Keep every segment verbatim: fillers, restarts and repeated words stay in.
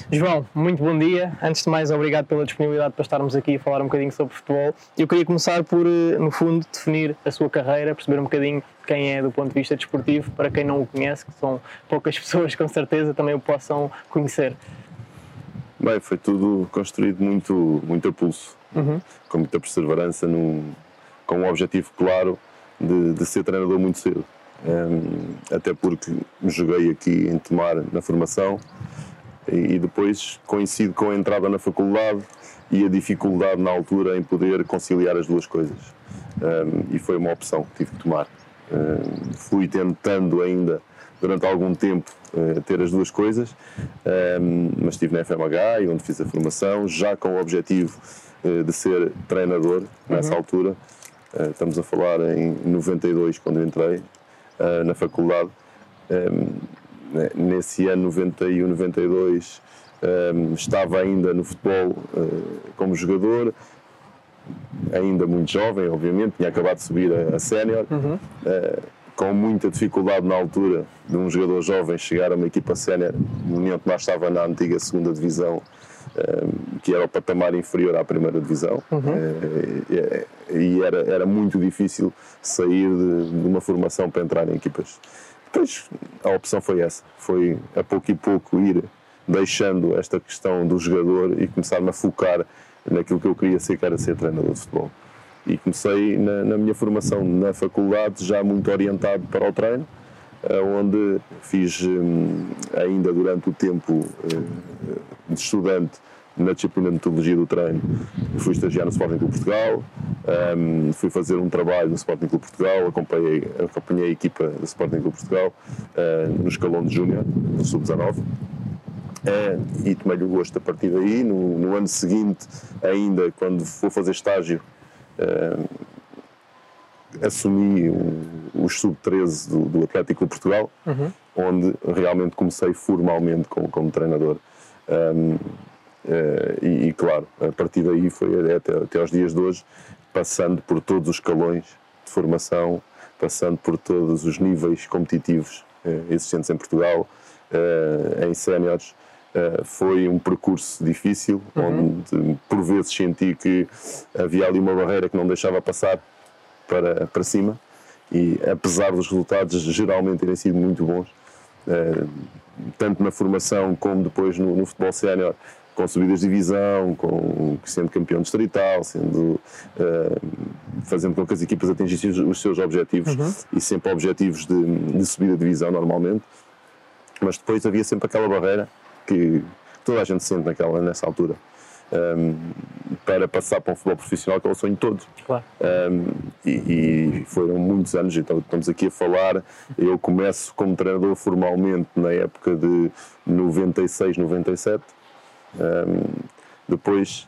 João, muito bom dia. Antes de mais, obrigado pela disponibilidade para estarmos aqui a falar um bocadinho sobre futebol. Eu queria começar por, no fundo, definir a sua carreira, perceber um bocadinho quem é do ponto de vista desportivo, para quem não o conhece, que são poucas pessoas com certeza também o possam conhecer. Bem, foi tudo construído muito, muito a pulso, uhum. com muita perseverança, num, com um objetivo claro de, de ser treinador muito cedo. Um, até porque joguei aqui em Tomar na formação e, e depois coincido com a entrada na faculdade e a dificuldade na altura em poder conciliar as duas coisas. Um, e foi uma opção que tive que tomar. Um, fui tentando ainda durante algum tempo uh, ter as duas coisas, um, mas estive na F M H e onde fiz a formação, já com o objetivo uh, de ser treinador nessa uhum. altura. Uh, estamos a falar em noventa e dois, quando eu entrei uh, na faculdade. Um, nesse ano noventa e um, noventa e dois, um, estava ainda no futebol uh, como jogador, ainda muito jovem, obviamente, tinha acabado de subir a, a sénior. Uhum. Uh, com muita dificuldade na altura de um jogador jovem chegar a uma equipa sénior. O União de Tomar estava na antiga segunda divisão, um, que era o patamar inferior à primeira divisão, uhum. uh, e, e era, era muito difícil sair de, de uma formação para entrar em equipas. Depois a opção foi essa, foi a pouco e pouco ir deixando esta questão do jogador e começar-me a focar naquilo que eu queria ser, que era ser treinador de futebol. E comecei na, na minha formação na faculdade já muito orientado para o treino, onde fiz ainda durante o tempo de estudante na disciplina de metodologia do treino. Fui estagiar no Sporting Clube Portugal, fui fazer um trabalho no Sporting Clube Portugal, acompanhei, acompanhei a equipa do Sporting Clube Portugal no escalão de júnior, no sub dezanove. É, e tomei-lhe o gosto a partir daí. No, no ano seguinte, ainda quando for fazer estágio, Uh, assumi o, os sub treze do, do Atlético de Portugal, uhum. onde realmente comecei formalmente como, como treinador. Um, uh, e, e claro, a partir daí foi até, até aos dias de hoje, passando por todos os escalões de formação, passando por todos os níveis competitivos uh, existentes em Portugal, uh, em séniores. Uh, foi um percurso difícil, uhum. onde por vezes senti que havia ali uma barreira que não deixava passar para, para cima, e apesar dos resultados geralmente terem sido muito bons, uh, tanto na formação como depois no, no futebol sénior, com subidas de divisão, com, sendo campeão distrital, sendo, uh, fazendo com que as equipas atingissem os seus objetivos, uhum. e sempre objetivos de, de subida de divisão normalmente, mas depois havia sempre aquela barreira que toda a gente sente naquela, nessa altura, um, para passar para um futebol profissional, que é o sonho todo. Claro. Um, e, e foram muitos anos, então estamos aqui a falar, eu começo como treinador formalmente na época de noventa e seis, noventa e sete, um, depois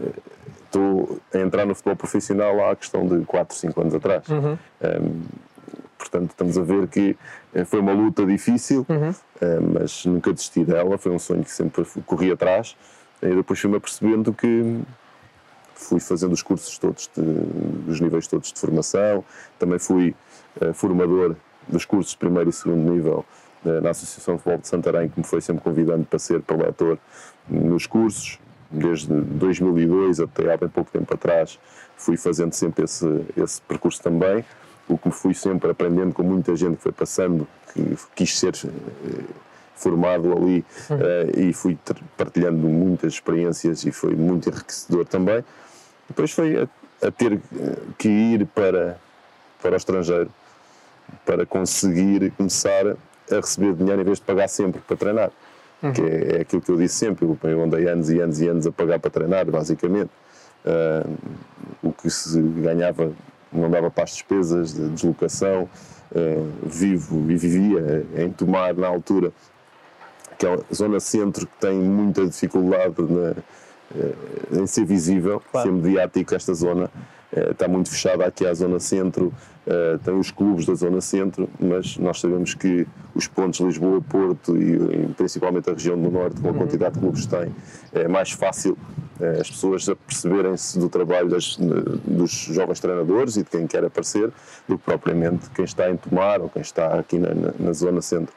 estou a entrar no futebol profissional há questão de quatro, cinco anos atrás. Uhum. Um, Portanto, estamos a ver que foi uma luta difícil, uhum. mas nunca desisti dela, foi um sonho que sempre corri atrás. E depois fui-me apercebendo que fui fazendo os cursos todos, de, os níveis todos de formação. Também fui uh, formador dos cursos de primeiro e segundo nível uh, na Associação de Futebol de Santarém, que me foi sempre convidando para ser preletor nos cursos. Desde dois mil e dois até há bem pouco tempo atrás, fui fazendo sempre esse, esse percurso também. O que me fui sempre aprendendo com muita gente que foi passando, que quis ser uh, formado ali, uhum. uh, e fui partilhando muitas experiências e foi muito enriquecedor também. Depois foi a, a ter que ir para, para o estrangeiro, para conseguir começar a receber dinheiro em vez de pagar sempre para treinar. Uhum. Que é, é aquilo que eu disse sempre, eu andei anos e anos e anos a pagar para treinar, basicamente. Uh, o que se ganhava não dava para as despesas de deslocação, uh, vivo e vivia em Tomar na altura, aquela zona centro que tem muita dificuldade na, uh, em ser visível, claro. Ser mediático. Esta zona uh, está muito fechada aqui à zona centro, uh, tem os clubes da zona centro, mas nós sabemos que os pontos de Lisboa, Porto e, e principalmente a região do Norte, com a quantidade de clubes que tem, é mais fácil as pessoas a perceberem-se do trabalho das, dos jovens treinadores e de quem quer aparecer, do que propriamente quem está em Tomar ou quem está aqui na, na, na zona centro.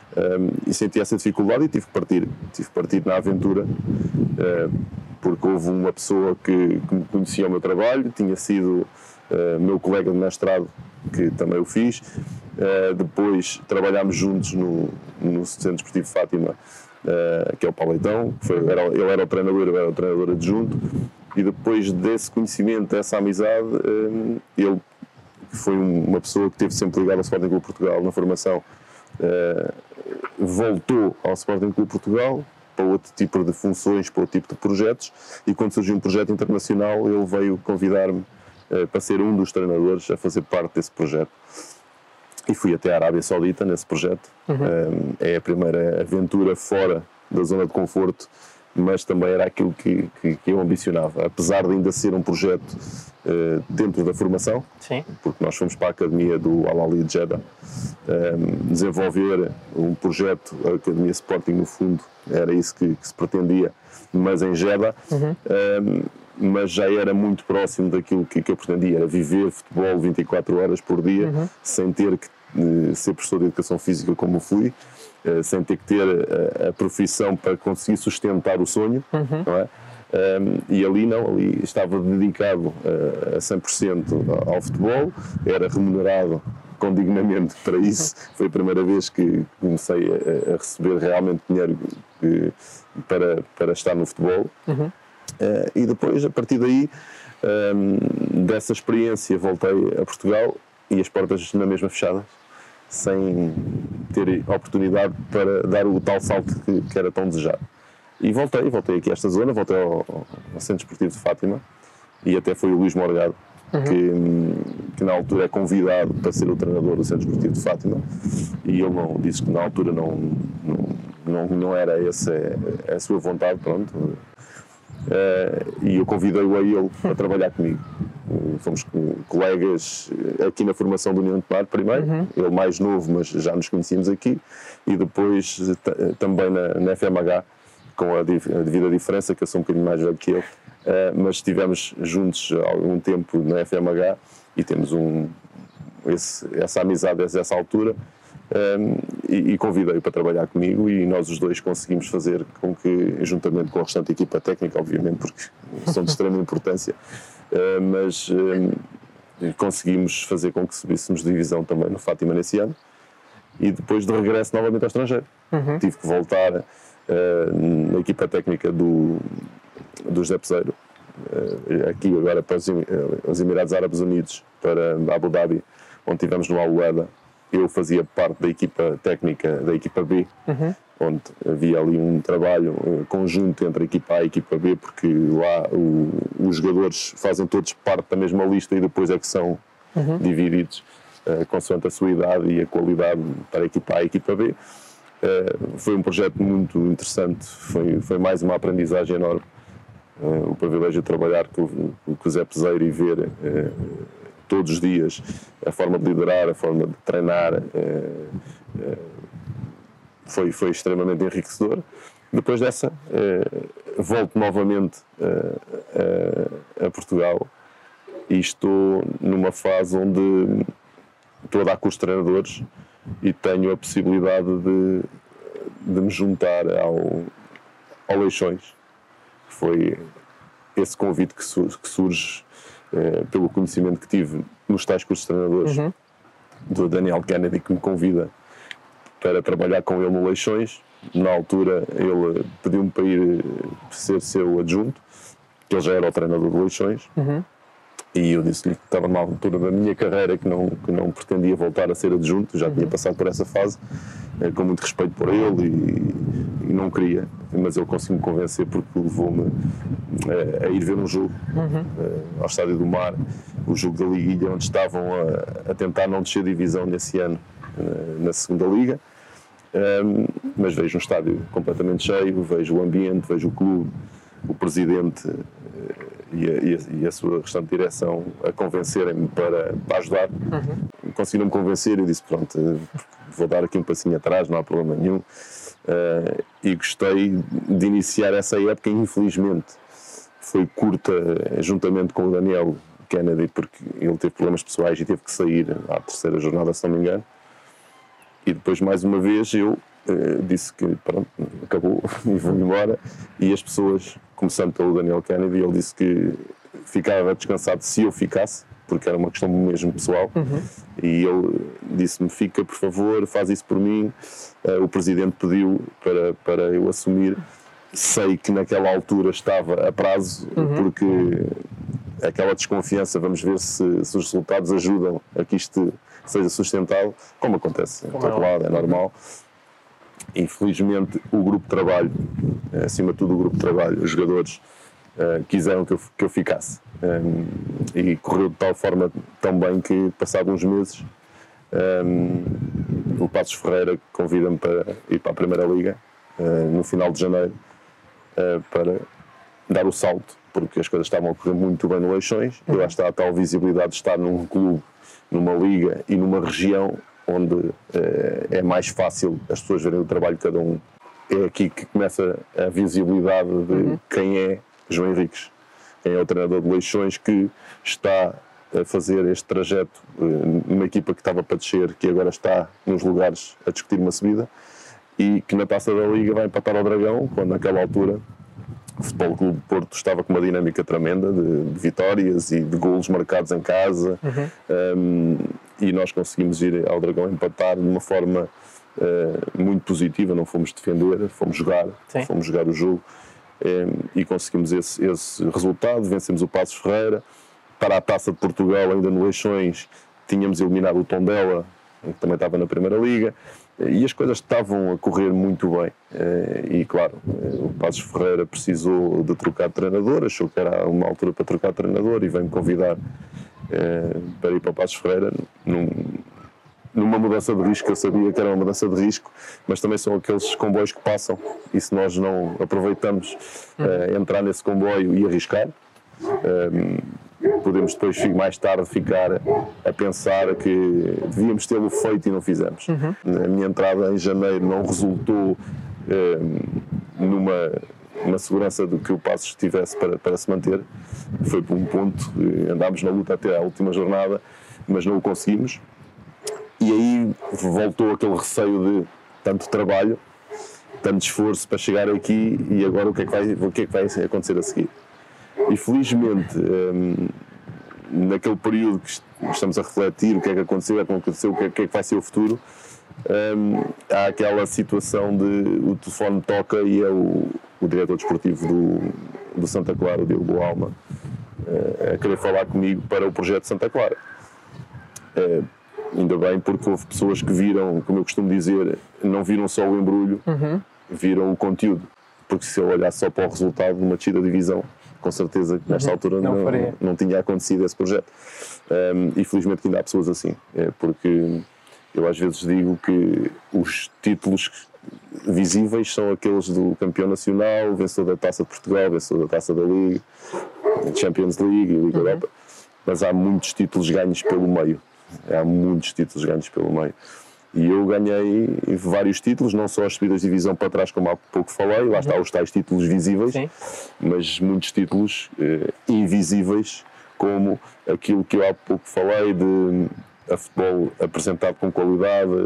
Um, e senti essa dificuldade e tive que partir, tive que partir na aventura, uh, porque houve uma pessoa que, que me conhecia o meu trabalho, tinha sido uh, meu colega de mestrado, que também o fiz. Uh, depois trabalhámos juntos no, no Centro Desportivo de Fátima, uh, que é o Pauleitão, foi, era, ele era o treinador, eu era o treinador adjunto, e depois desse conhecimento, dessa amizade, uh, ele foi uma pessoa que esteve sempre ligada ao Sporting Clube Portugal na formação. Uh, voltou ao Sporting Clube Portugal para outro tipo de funções, para outro tipo de projetos, e quando surgiu um projeto internacional ele veio convidar-me uh, para ser um dos treinadores a fazer parte desse projeto, e fui até a Arábia Saudita nesse projeto. Uhum. Uh, é a primeira aventura fora da zona de conforto, mas também era aquilo que, que, que eu ambicionava, apesar de ainda ser um projeto uh, dentro da formação. Sim. Porque nós fomos para a academia do Al Ahly de Jeddah, um, desenvolver um projeto, a Academia Sporting no fundo, era isso que, que se pretendia, mas em Jeddah. Uhum. Um, mas já era muito próximo daquilo que, que eu pretendia, era viver futebol vinte e quatro horas por dia, uhum. sem ter que uh, ser professor de educação física como fui, Uh, sem ter que ter uh, a profissão para conseguir sustentar o sonho, uhum. não é? Um, e ali não, ali estava dedicado uh, a cem por cento ao futebol, era remunerado condignamente para isso. Uhum. Foi a primeira vez que comecei a, a receber realmente dinheiro que, para, para estar no futebol. Uhum. Uh, e depois, a partir daí, um, dessa experiência, voltei a Portugal e as portas na mesma fechadas, sem ter oportunidade para dar o tal salto que, que era tão desejado. E voltei, voltei aqui a esta zona, voltei ao, ao Centro Desportivo de Fátima, e até foi o Luís Morgado, uhum. que, que na altura é convidado para ser o treinador do Centro Desportivo de Fátima, e ele não, disse que na altura não, não, não, não era essa a sua vontade, pronto. Uh, e eu convidei-o a ele para trabalhar comigo. Uh, fomos colegas aqui na formação do União de Tomar primeiro, uhum. ele mais novo, mas já nos conhecíamos aqui, e depois t- também na, na F M H, com a, div- a devida diferença, que eu sou um bocadinho mais velho que ele, uh, mas estivemos juntos há algum tempo na F M H e temos um, esse, essa amizade desde essa altura. Um, e, e convidei-o para trabalhar comigo, e nós os dois conseguimos fazer com que, juntamente com a restante equipa técnica, obviamente, porque são de extrema importância, uh, mas um, conseguimos fazer com que subíssemos de divisão também no Fátima nesse ano, e depois de regresso novamente ao estrangeiro. Uhum. Tive que voltar uh, na equipa técnica do, do José Peseiro, uh, aqui agora para os, os Emirados Árabes Unidos, para Abu Dhabi, onde estivemos no Al-Wada. Eu fazia parte da equipa técnica da equipa B, uhum. onde havia ali um trabalho uh, conjunto entre a equipa A e a equipa B, porque lá o, os jogadores fazem todos parte da mesma lista e depois é que são uhum. divididos uh, consoante a sua idade e a qualidade para a equipa A e a equipa B. Uh, foi um projeto muito interessante, foi, foi mais uma aprendizagem enorme. Uh, o privilégio de trabalhar com, com o Zé Peseiro e ver uh, todos os dias a forma de liderar, a forma de treinar, uh, uh, foi, foi extremamente enriquecedor. Depois dessa, uh, volto novamente uh, uh, a Portugal e estou numa fase onde estou a dar curso de treinadores e tenho a possibilidade de, de me juntar ao, ao Leixões. Foi esse convite que, sur- que surge uh, pelo conhecimento que tive nos tais cursos de treinadores, uhum. do Daniel Kennedy, que me convida para trabalhar com ele no Leixões. Na altura ele pediu-me para ir ser seu adjunto, que ele já era o treinador do Leixões, uhum. e eu disse-lhe que estava numa altura da minha carreira que não, que não pretendia voltar a ser adjunto, já uhum. tinha passado por essa fase, eh, com muito respeito por ele, e, e não queria, mas ele conseguiu-me convencer porque levou-me eh, a ir ver um jogo uhum. eh, ao Estádio do Mar, o jogo da Liguilha, onde estavam a, a tentar não descer divisão nesse ano eh, na segunda Liga. Um, mas vejo um estádio completamente cheio, vejo o ambiente, vejo o clube, o presidente uh, e, a, e, a, e a sua restante direção a convencerem-me para, para ajudar. Uhum. Conseguiram-me convencer e disse, pronto, vou dar aqui um passinho atrás, não há problema nenhum. Uh, e gostei de iniciar essa época, infelizmente foi curta, juntamente com o Daniel Kennedy, porque ele teve problemas pessoais e teve que sair à terceira jornada, se não me engano. E depois, mais uma vez, eu uh, disse que pronto, acabou e vou embora, e as pessoas, começando pelo Daniel Kennedy, ele disse que ficava descansado se eu ficasse, porque era uma questão mesmo pessoal, uhum. e ele disse-me, fica por favor, faz isso por mim, uh, o Presidente pediu para, para eu assumir, sei que naquela altura estava a prazo, uhum. porque aquela desconfiança, vamos ver se, se os resultados ajudam a que isto seja sustentável, como acontece em todo lado, é normal. Infelizmente o grupo de trabalho, acima de tudo o grupo de trabalho, os jogadores, uh, quiseram que eu, que eu ficasse. Um, e correu de tal forma tão bem que, passados uns meses, um, o Passos Ferreira convida-me para ir para a Primeira Liga, uh, no final de janeiro, uh, para dar o salto, porque as coisas estavam a correr muito bem no Leixões, e lá está a tal visibilidade de estar num clube, numa liga e numa região onde uh, é mais fácil as pessoas verem o trabalho de cada um. É aqui que começa a visibilidade de uhum. quem é João Henriques, quem é o treinador de Leixões, que está a fazer este trajeto uh, numa equipa que estava para descer, que agora está nos lugares a discutir uma subida, e que na Taça da Liga vai empatar ao Dragão, quando naquela altura o Futebol Clube do Porto estava com uma dinâmica tremenda de, de vitórias e de golos marcados em casa, uhum. um, e nós conseguimos ir ao Dragão empatar de uma forma uh, muito positiva, não fomos defender, fomos jogar, Sim. fomos jogar o jogo, um, e conseguimos esse, esse resultado, vencemos o Passos Ferreira. Para a Taça de Portugal, ainda no Leixões, tínhamos eliminado o Tondela, que também estava na Primeira Liga, e as coisas estavam a correr muito bem. E claro, o Passos Ferreira precisou de trocar de treinador, achou que era uma altura para trocar de treinador e veio-me convidar para ir para o Passos Ferreira num, numa mudança de risco. Eu sabia que era uma mudança de risco, mas também são aqueles comboios que passam, e se nós não aproveitamos uhum. entrar nesse comboio e arriscar, podemos depois, mais tarde, ficar a pensar que devíamos tê-lo feito e não fizemos. Uhum. A minha entrada em janeiro não resultou eh, numa, numa segurança de que o Passos tivesse para, para se manter. Foi por um ponto, andámos na luta até à última jornada, mas não o conseguimos. E aí voltou aquele receio de tanto trabalho, tanto esforço para chegar aqui, e agora o que é que vai, o que é que vai acontecer a seguir? E felizmente, um, naquele período que estamos a refletir o que é que aconteceu, o que é que aconteceu, o que é que vai ser o futuro, um, há aquela situação de o telefone toca e é o, o diretor desportivo do, do Santa Clara, o Diogo Boalma, uh, a querer falar comigo para o projeto Santa Clara. Uh, ainda bem, porque houve pessoas que viram, como eu costumo dizer, não viram só o embrulho, uhum. viram o conteúdo. Porque se eu olhasse só para o resultado de uma descida de divisão, com certeza que nesta uhum. altura não, não, não tinha acontecido esse projeto. Um, e felizmente que ainda há pessoas assim, é porque eu às vezes digo que os títulos visíveis são aqueles do campeão nacional, vencedor da Taça de Portugal, vencedor da Taça da Liga, Champions League e Liga uhum. Europa, mas há muitos títulos ganhos pelo meio, há muitos títulos ganhos pelo meio. E eu ganhei vários títulos, não só as subidas de divisão para trás, como há pouco falei, lá está os tais títulos visíveis, Sim. mas muitos títulos eh, invisíveis, como aquilo que eu há pouco falei de a futebol apresentado com qualidade,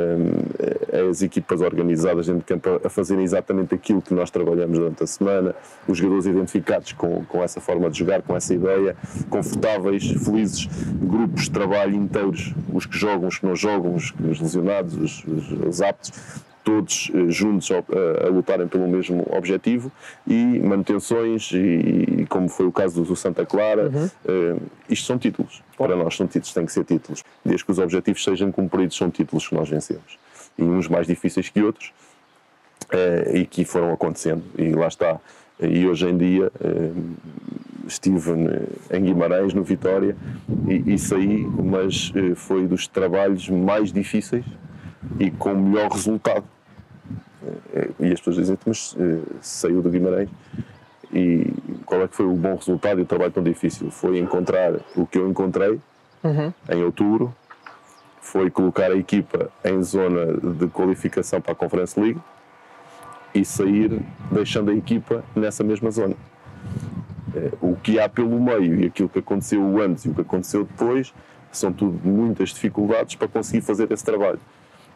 eh, as equipas organizadas dentro de campo a fazerem exatamente aquilo que nós trabalhamos durante a semana, os jogadores identificados com, com essa forma de jogar, com essa ideia, confortáveis, felizes, grupos de trabalho inteiros, os que jogam, os que não jogam, os, os lesionados, os, os, os aptos, todos eh, juntos a, a lutarem pelo mesmo objetivo, e manutenções, e, e como foi o caso do Santa Clara, uhum. eh, isto são títulos. Para nós são títulos, têm que ser títulos. Desde que os objetivos sejam cumpridos, são títulos que nós vencemos. E uns mais difíceis que outros, eh, e que foram acontecendo. E lá está. E hoje em dia eh, estive em Guimarães, no Vitória, e, e saí, mas eh, foi dos trabalhos mais difíceis e com o melhor resultado. E as pessoas dizem, mas uh, saiu do Guimarães, e qual é que foi o bom resultado e o trabalho tão difícil? Foi encontrar o que eu encontrei uhum. em outubro, foi colocar a equipa em zona de qualificação para a Conference League e sair deixando a equipa nessa mesma zona. Uh, o que há pelo meio e aquilo que aconteceu antes e o que aconteceu depois são tudo muitas dificuldades para conseguir fazer esse trabalho.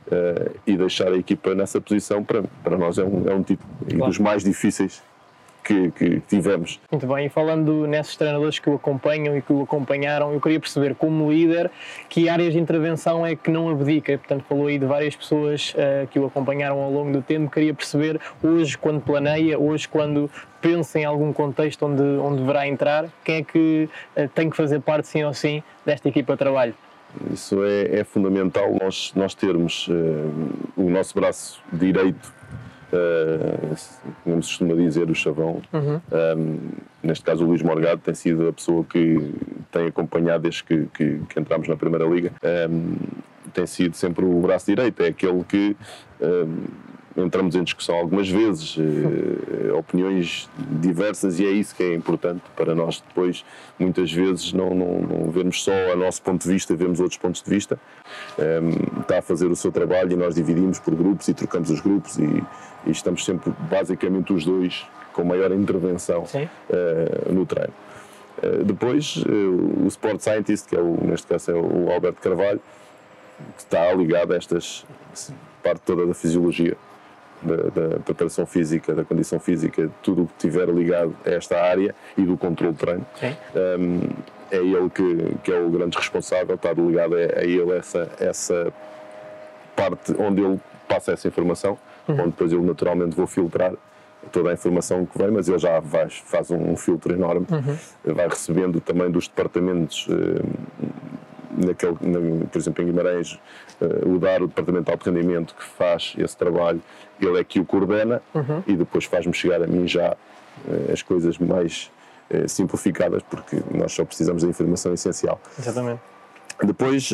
uh, e deixar a equipa nessa posição, para, para nós é um, é um tipo claro. dos mais difíceis que, que tivemos. Muito bem, e falando nesses treinadores que o acompanham e que o acompanharam, eu queria perceber, como líder, que áreas de intervenção é que não abdica. Portanto, falou aí de várias pessoas uh, que o acompanharam ao longo do tempo. Queria perceber, hoje, quando planeia, hoje, quando pensa em algum contexto onde, onde deverá entrar, quem é que uh, tem que fazer parte, sim ou sim, desta equipa de trabalho? Isso é, é fundamental, nós, nós termos uh, o nosso braço direito, Uh, como se costuma dizer, o chavão. Uhum. Um, neste caso o Luís Morgado tem sido a pessoa que tem acompanhado desde que, que, que entramos na Primeira Liga. Um, tem sido sempre o braço direito, é aquele que um, entramos em discussão algumas vezes, uh, opiniões diversas, e é isso que é importante para nós depois, muitas vezes, não, não, não vermos só o nosso ponto de vista, vemos outros pontos de vista. Um, está a fazer o seu trabalho e nós dividimos por grupos e trocamos os grupos e, e estamos sempre basicamente os dois com maior intervenção uh, no treino. Uh, depois uh, o Sport Scientist, que é o, neste caso é o Alberto Carvalho, que está ligado a estas parte toda da fisiologia, da, da preparação física, da condição física, tudo o que estiver ligado a esta área e do controle de treino. Um, é ele que, que é o grande responsável, está ligado a, a ele essa, essa parte onde ele passa essa informação, uhum. onde depois eu naturalmente vou filtrar toda a informação que vem, mas ele já vai, faz um filtro enorme, uhum. vai recebendo também dos departamentos, naquele, na, por exemplo em Guimarães, o D A R, o Departamento de Alto Rendimento, que faz esse trabalho, ele é que o coordena, uhum. e depois faz-me chegar a mim já as coisas mais simplificadas, porque nós só precisamos da informação essencial. Exatamente. Depois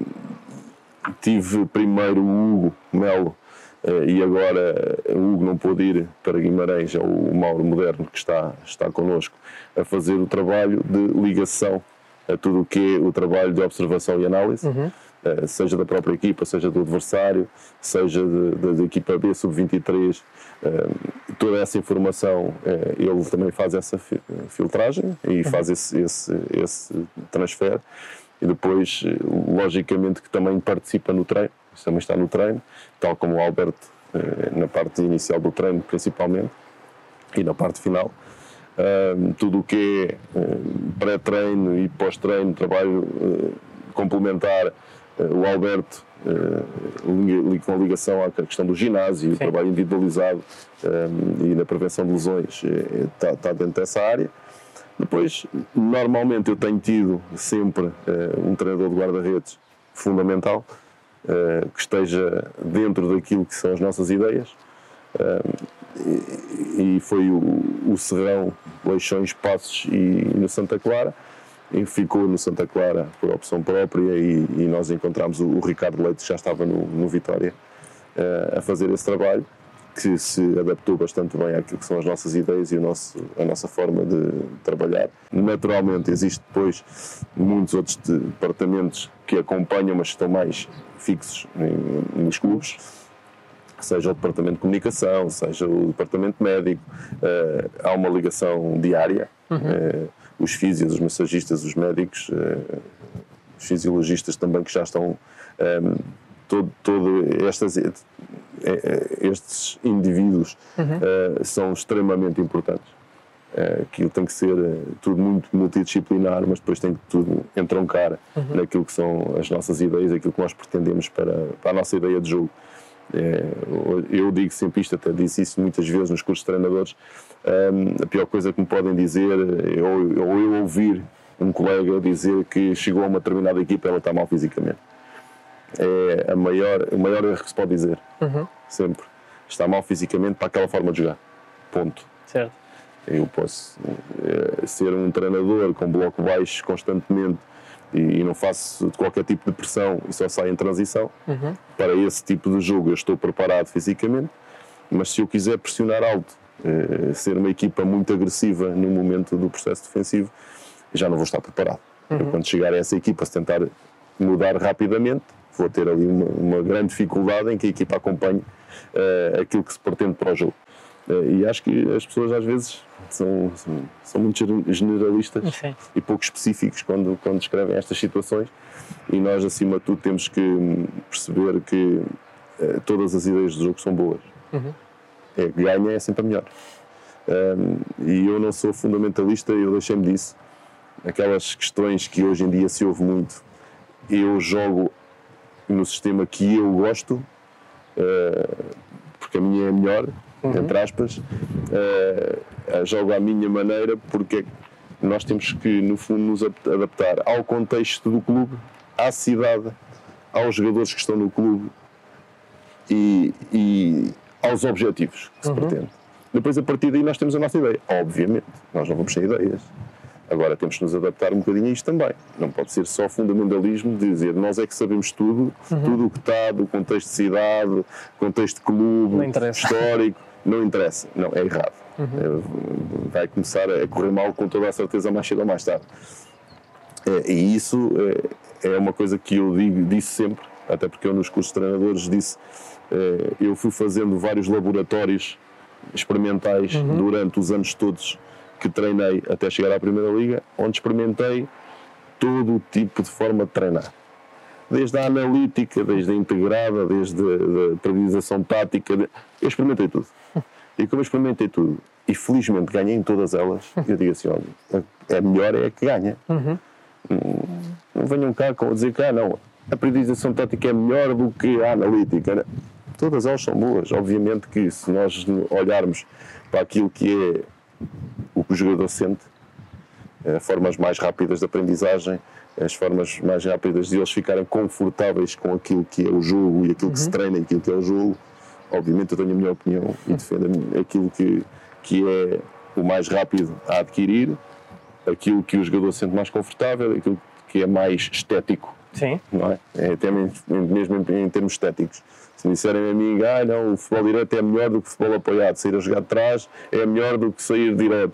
tive primeiro o Hugo Melo, e agora o Hugo não pôde ir para Guimarães, é o Mauro Moderno que está, está connosco a fazer o trabalho de ligação a tudo o que é o trabalho de observação e análise, uhum. seja da própria equipa, seja do adversário, seja de, de, da equipa B, sub vinte e três, toda essa informação, ele também faz essa filtragem e faz esse, esse, esse transfer, e depois, logicamente, que também participa no treino, também está no treino, tal como o Alberto, na parte inicial do treino principalmente, e na parte final. Uh, tudo o que é uh, pré-treino e pós-treino, trabalho uh, complementar, uh, o Alberto uh, com a ligação à questão do ginásio, o trabalho individualizado um, e na prevenção de lesões, está uh, tá dentro dessa área. Depois, normalmente eu tenho tido sempre uh, um treinador de guarda-redes fundamental, uh, que esteja dentro daquilo que são as nossas ideias. Uh, e, e foi o, o Serrão, Leixões, Passos e, e no Santa Clara, e ficou no Santa Clara por opção própria, e, e nós encontramos o, o Ricardo Leite, que já estava no, no Vitória, uh, a fazer esse trabalho, que se adaptou bastante bem àquilo que são as nossas ideias e o nosso, a nossa forma de trabalhar. Naturalmente existem depois muitos outros departamentos que acompanham, mas estão mais fixos em, nos clubes, seja o departamento de comunicação, seja o departamento médico, uh, há uma ligação diária, uhum. uh, os físios, os massagistas, os médicos, uh, os fisiologistas também, que já estão, um, todo, todo estas, estes indivíduos uhum. uh, são extremamente importantes. Uh, aquilo tem que ser uh, tudo muito multidisciplinar, mas depois tem que tudo entroncar uhum. naquilo que são as nossas ideias, aquilo que nós pretendemos para, para a nossa ideia de jogo. Eu digo sempre isto, até disse isso muitas vezes nos cursos de treinadores, a pior coisa que me podem dizer, ou eu ouvir um colega dizer que chegou a uma determinada equipa e ela está mal fisicamente. É a maior, o maior erro que se pode dizer, uhum. sempre. Está mal fisicamente para aquela forma de jogar. Ponto. Certo. Eu posso é, ser um treinador com bloco baixo constantemente, e não faço qualquer tipo de pressão e só saio em transição, uhum. para esse tipo de jogo eu estou preparado fisicamente, mas se eu quiser pressionar alto, eh, ser uma equipa muito agressiva no momento do processo defensivo, já não vou estar preparado. Uhum. Eu, quando chegar a essa equipa, se tentar mudar rapidamente, vou ter ali uma, uma grande dificuldade em que a equipa acompanhe uh, aquilo que se pretende para o jogo. Uh, e acho que as pessoas às vezes são, são, são muito generalistas Sim. e pouco específicos quando, quando descrevem estas situações, e nós acima de tudo temos que perceber que uh, todas as ideias do jogo são boas. Uhum. É, ganha é sempre a melhor. Um, e eu não sou fundamentalista, eu deixei-me disso. Aquelas questões que hoje em dia se ouve muito, eu jogo no sistema que eu gosto, uh, porque a minha é melhor, uhum. entre aspas, uh, jogo à minha maneira, porque nós temos que, no fundo, nos adaptar ao contexto do clube, à cidade, aos jogadores que estão no clube e, e aos objetivos que se uhum. pretende. Depois, a partir daí, nós temos a nossa ideia. Obviamente, nós não vamos sem ideias. Agora, temos que nos adaptar um bocadinho a isto também. Não pode ser só fundamentalismo de dizer nós é que sabemos tudo, uhum. tudo o que está, do contexto de cidade, contexto de clube, histórico. Não interessa. Não, é errado. Uhum. Vai começar a correr mal com toda a certeza mais cedo ou mais tarde. E isso é uma coisa que eu digo, disse sempre, até porque eu nos cursos de treinadores disse, eu fui fazendo vários laboratórios experimentais uhum. durante os anos todos que treinei até chegar à Primeira Liga, onde experimentei todo o tipo de forma de treinar. Desde a analítica, desde a integrada, desde a periodização tática, eu experimentei tudo. E como eu experimentei tudo, e felizmente ganhei em todas elas, eu digo assim, olha, é melhor é a que ganha. Uhum. Não venham cá com dizer que ah, não, a periodização tática é melhor do que a analítica. Todas elas são boas. Obviamente que se nós olharmos para aquilo que é o que o jogador sente, as formas mais rápidas de aprendizagem, as formas mais rápidas de eles ficarem confortáveis com aquilo que é o jogo e aquilo uhum. que se treina e aquilo que é o jogo, obviamente eu tenho a minha opinião e defendo aquilo que, que é o mais rápido a adquirir, aquilo que o jogador sente mais confortável, aquilo que é mais estético. Sim. Não é? É, até mesmo em, em termos estéticos. Se me disserem a mim, ah, não, o futebol direto é melhor do que o futebol apoiado, sair a jogar de trás é melhor do que sair direto.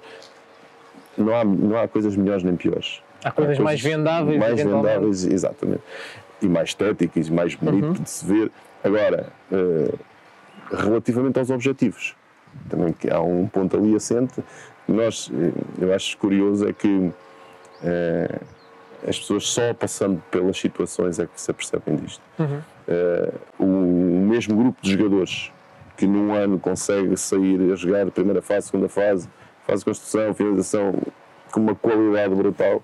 Não há, não há coisas melhores nem piores. Há coisas, há coisas mais vendáveis. Mais vendáveis, exatamente. E mais estéticas, e mais bonito uhum. de se ver. Agora, uh, relativamente aos objetivos, também que há um ponto ali assente. Nós, eu acho curioso é que uh, as pessoas só passando pelas situações é que se apercebem disto. Uhum. Uh, o mesmo grupo de jogadores que num ano consegue sair a jogar primeira fase, segunda fase, fase de construção, finalização, com uma qualidade brutal,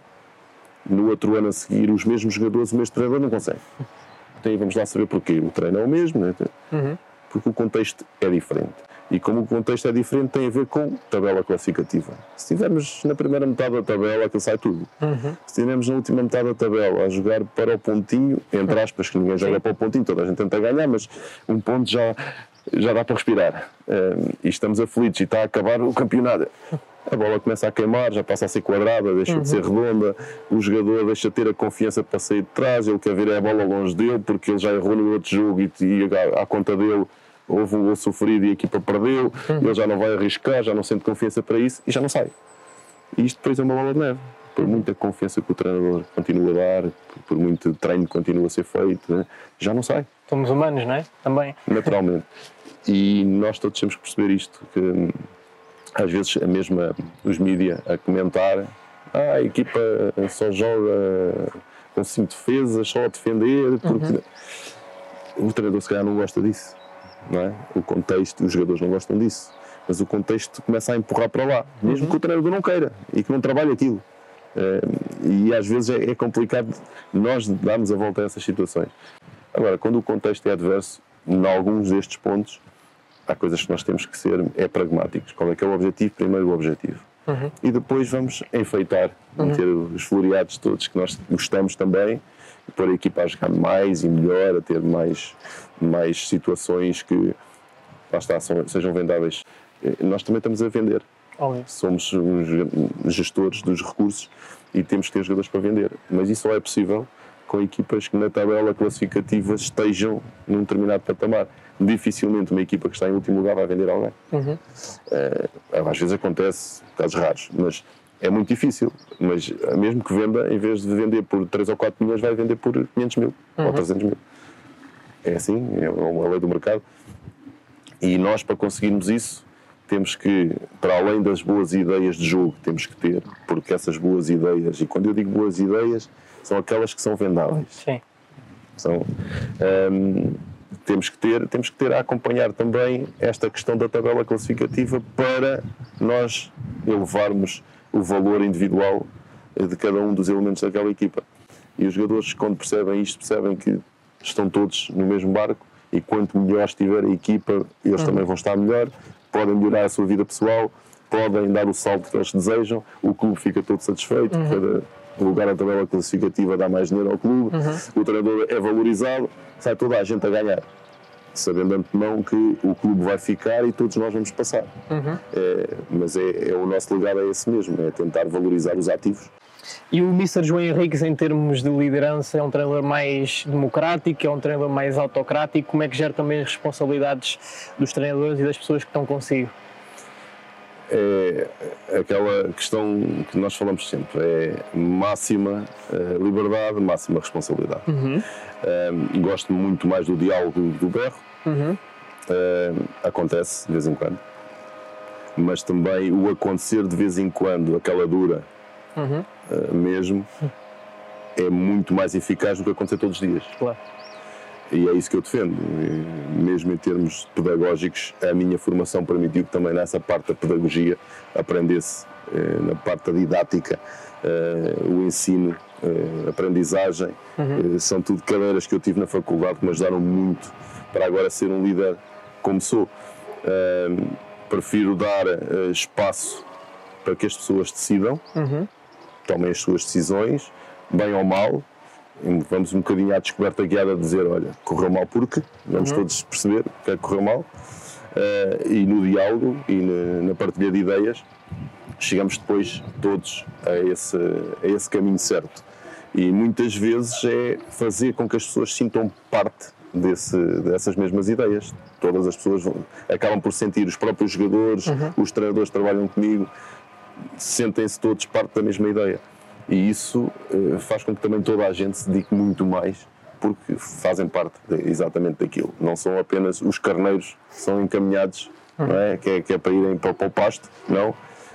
no outro ano a seguir os mesmos jogadores, o mesmo treinador não consegue. Então vamos lá saber porquê. O treino é o mesmo, né? Uhum. Porque o contexto é diferente. E como o contexto é diferente, tem a ver com tabela classificativa. Se estivermos na primeira metade da tabela, aquilo sai tudo. Uhum. Se estivermos na última metade da tabela a jogar para o pontinho, entre aspas, que ninguém joga Sim. para o pontinho, toda a gente tenta ganhar, mas um ponto já, já dá para respirar. Um, e estamos aflitos e está a acabar o campeonato. A bola começa a queimar, já passa a ser quadrada, deixa uhum. de ser redonda, o jogador deixa de ter a confiança para sair de trás, ele quer ver a bola longe dele, porque ele já errou no outro jogo e, e à, à conta dele houve um gol sofrido e a equipa perdeu, uhum. ele já não vai arriscar, já não sente confiança para isso e já não sai. E isto depois é uma bola de neve. Por muita confiança que o treinador continua a dar, por muito treino que continua a ser feito, né? Já não sai. Somos humanos, não é? Também. Naturalmente. E nós todos temos que perceber isto, que às vezes a mesma, os mídia a comentar, ah, a equipa só joga com cinco defesas, só a defender, porque uhum. o treinador se calhar não gosta disso. Não é? O contexto, os jogadores não gostam disso, mas o contexto começa a empurrar para lá, mesmo uhum. que o treinador não queira e que não trabalhe aquilo. E às vezes é complicado nós darmos a volta a essas situações. Agora, quando o contexto é adverso, em alguns destes pontos, há coisas que nós temos que ser é pragmáticos. Qual é que é o objetivo? Primeiro o objetivo. Uhum. E depois vamos enfeitar, uhum. meter os floreados todos que nós gostamos também, pôr a equipa a jogar mais e melhor, a ter mais, mais situações que lá está, são, sejam vendáveis. Nós também estamos a vender. Óbvio. Somos os gestores dos recursos e temos que ter jogadores para vender. Mas isso só é possível com equipas que na tabela classificativa estejam num determinado patamar. Dificilmente uma equipa que está em último lugar vai vender alguém. Uhum. É, às vezes acontece, casos raros, mas é muito difícil, mas mesmo que venda, em vez de vender por três ou quatro milhões, vai vender por quinhentos mil uhum. ou trezentos mil. É assim, é uma lei do mercado. E nós, para conseguirmos isso, temos que, para além das boas ideias de jogo, temos que ter, porque essas boas ideias, e quando eu digo boas ideias, são aquelas que são vendáveis. Sim. São, um, temos que ter, temos que ter a acompanhar também esta questão da tabela classificativa para nós elevarmos o valor individual de cada um dos elementos daquela equipa. E os jogadores, quando percebem isto, percebem que estão todos no mesmo barco e quanto melhor estiver a equipa, eles uhum. também vão estar melhor, podem melhorar a sua vida pessoal, podem dar o salto que eles desejam, o clube fica todo satisfeito, uhum. cada lugar na tabela classificativa dá mais dinheiro ao clube, uhum. o treinador é valorizado, sai toda a gente a ganhar, sabendo de antemão que o clube vai ficar e todos nós vamos passar. Uhum. É, mas é, é o nosso legado é esse mesmo, é tentar valorizar os ativos. E o mister João Henriques, em termos de liderança, é um treinador mais democrático, é um treinador mais autocrático? Como é que gera também as responsabilidades dos treinadores e das pessoas que estão consigo? É aquela questão que nós falamos sempre, é máxima liberdade, máxima responsabilidade. Uhum. Um, gosto muito mais do diálogo do berro, uhum. um, acontece de vez em quando, mas também o acontecer de vez em quando, aquela dura, uhum. uh, mesmo, é muito mais eficaz do que acontecer todos os dias. Claro. E é isso que eu defendo, e mesmo em termos pedagógicos, a minha formação permitiu que também nessa parte da pedagogia aprendesse, eh, na parte da didática, eh, o ensino, eh, a aprendizagem, uhum. eh, são tudo cadeiras que eu tive na faculdade que me ajudaram muito para agora ser um líder como sou. Eh, prefiro dar eh, espaço para que as pessoas decidam, uhum. tomem as suas decisões, bem ou mal. Vamos um bocadinho à descoberta guiada a dizer, olha, correu mal porque, vamos uhum. todos perceber o que é que correu mal, uh, e no diálogo e na, na partilha de ideias chegamos depois todos a esse, a esse caminho certo. E muitas vezes é fazer com que as pessoas sintam parte desse, dessas mesmas ideias. Todas as pessoas vão, acabam por sentir, os próprios jogadores, uhum. os treinadores que trabalham comigo, sentem-se todos parte da mesma ideia. E isso uh, faz com que também toda a gente se dedique muito mais, porque fazem parte de, exatamente daquilo. Não são apenas os carneiros que são encaminhados, uhum. não é? Que, é, que é para irem para, para o pasto, não. Uh,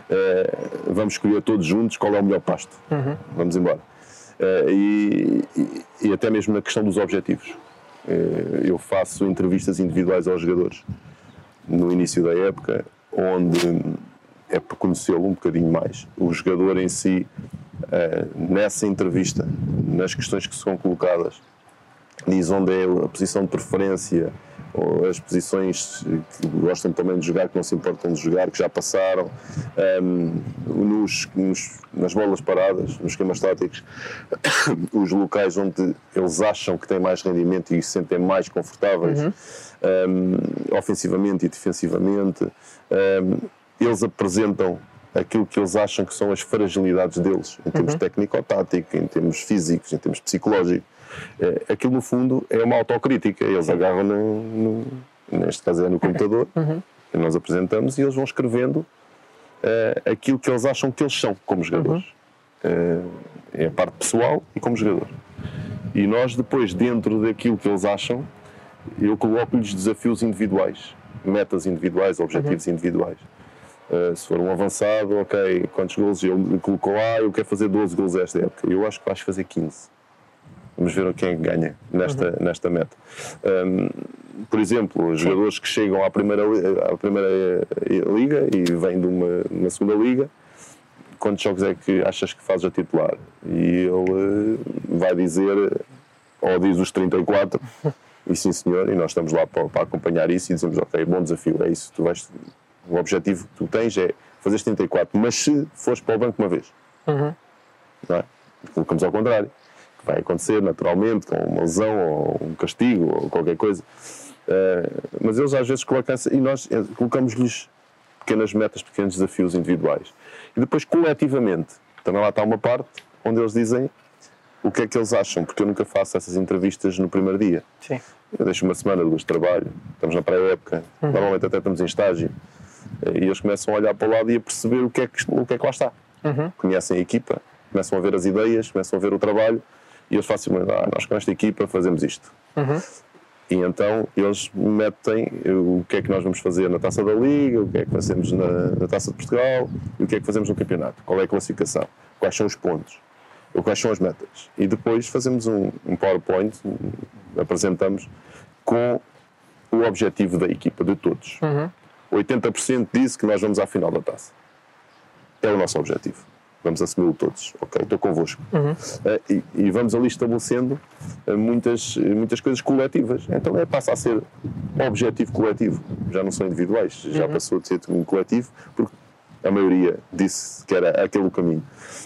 vamos escolher todos juntos qual é o melhor pasto. Uhum. Vamos embora. Uh, e, e, e até mesmo na questão dos objetivos. Uh, eu faço entrevistas individuais aos jogadores no início da época, onde é para conhecê-lo um bocadinho mais. O jogador em si, Uh, nessa entrevista, nas questões que são colocadas, diz onde é a posição de preferência, ou as posições que gostam também de jogar, que não se importam de jogar, que já passaram, um, nos, nos, nas bolas paradas, nos esquemas táticos, os locais onde eles acham que têm mais rendimento e se sentem mais confortáveis, uhum. um, ofensivamente e defensivamente. Um, eles apresentam aquilo que eles acham que são as fragilidades deles, em termos uhum. técnico-táticos, em termos físicos, em termos psicológicos. É, aquilo, no fundo, é uma autocrítica. Eles agarram, no, no, neste caso é no computador, uhum. que nós apresentamos, e eles vão escrevendo uh, aquilo que eles acham que eles são como jogadores. Uhum. Uh, é a parte pessoal e como jogador. E nós, depois, dentro daquilo que eles acham, eu coloco-lhes desafios individuais, metas individuais, objetivos uhum. individuais. Uh, se for um avançado, ok, quantos golos ele colocou lá, eu quero fazer doze golos esta época, eu acho que vais fazer quinze. Vamos ver quem é que ganha nesta, uhum. nesta meta. Um, por exemplo, os jogadores que chegam à primeira, à primeira liga e vêm de uma, uma segunda liga, quantos jogos é que achas que fazes a titular? E ele uh, vai dizer, ou diz os trinta e quatro, e sim senhor, e nós estamos lá para, para acompanhar isso e dizemos, ok, bom desafio, é isso, tu vais... O objetivo que tu tens é fazer trinta e quatro, mas se fores para o banco uma vez, uhum. não é? Colocamos ao contrário, que vai acontecer naturalmente, com uma lesão ou um castigo ou qualquer coisa. Uh, mas eles às vezes colocam-se e nós colocamos-lhes pequenas metas, pequenos desafios individuais. E depois, coletivamente, também lá está uma parte onde eles dizem o que é que eles acham, porque eu nunca faço essas entrevistas no primeiro dia. Sim. Eu deixo uma semana, duas de trabalho, estamos na pré-época, uhum. normalmente até estamos em estágio. E eles começam a olhar para o lado e a perceber o que é que, o que, é que lá está. Uhum. Conhecem a equipa, começam a ver as ideias, começam a ver o trabalho e eles facilmente, ah, nós com esta equipa fazemos isto. Uhum. E então eles metem o que é que nós vamos fazer na Taça da Liga, o que é que fazemos na, na Taça de Portugal e o que é que fazemos no campeonato, qual é a classificação, quais são os pontos, quais são as metas. E depois fazemos um, um PowerPoint, um, apresentamos com o objetivo da equipa, de todos. Uhum. oitenta por cento disse que nós vamos à final da taça. É o nosso objetivo. Vamos assumi-lo todos. Ok, estou convosco. Uhum. Uh, e, e vamos ali estabelecendo uh, muitas, muitas coisas coletivas. Então é, passa a ser objetivo coletivo. Já não são individuais. Já uhum. passou a ser um coletivo, porque a maioria disse que era aquele o caminho.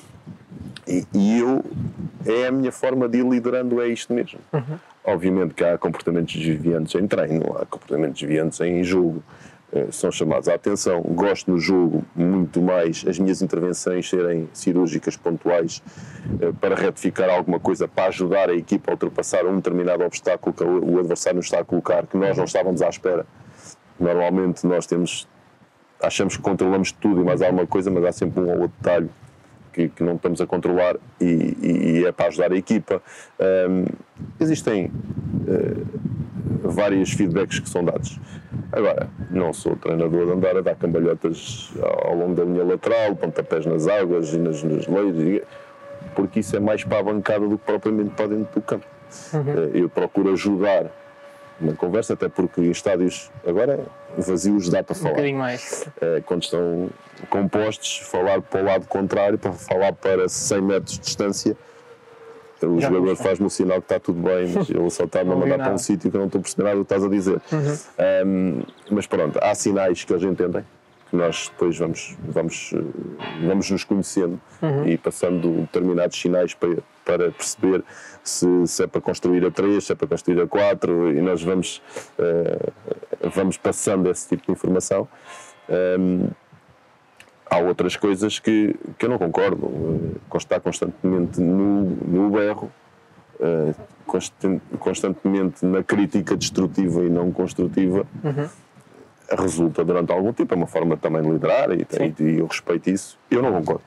E, e eu, é a minha forma de ir liderando, é isto mesmo. Uhum. Obviamente que há comportamentos desviantes em treino, há comportamentos desviantes em jogo, uh, são chamados à atenção. Gosto no jogo muito mais as minhas intervenções serem cirúrgicas, pontuais, uh, para retificar alguma coisa, para ajudar a equipa a ultrapassar um determinado obstáculo que o adversário nos está a colocar, que nós não estávamos à espera. Normalmente nós temos, achamos que controlamos tudo e mais alguma coisa, mas há sempre um ou outro detalhe Que, que não estamos a controlar e, e, e é para ajudar a equipa. Um, existem uh, vários feedbacks que são dados. Agora, não sou treinador de andar a dar cambalhotas ao longo da linha lateral, pontapés nas águas e nas, nas leiras, porque isso é mais para a bancada do que propriamente para dentro do campo. Uhum. Uh, eu procuro ajudar na conversa, até porque em estádios agora vazios dá para falar. Um bocadinho mais. É, quando estão compostos, falar para o lado contrário, para falar para cem metros de distância, o Já jogador faz-me o sinal que está tudo bem, mas ele só está a mandar para um sítio que eu não estou a perceber nada do que estás a dizer. Uhum. Um, mas pronto, há sinais que eles entendem, que nós depois vamos, vamos, vamos nos conhecendo uhum. e passando determinados sinais para, para perceber se, se é para construir a três, se é para construir a quatro, e nós vamos, uh, vamos passando esse tipo de informação. Um, há outras coisas que, que eu não concordo. Uh, estar constantemente no, no berro, uh, constant, constantemente na crítica destrutiva e não construtiva, uhum. resulta durante algum tempo, é uma forma também de liderar e, e, e eu respeito isso. Eu não concordo.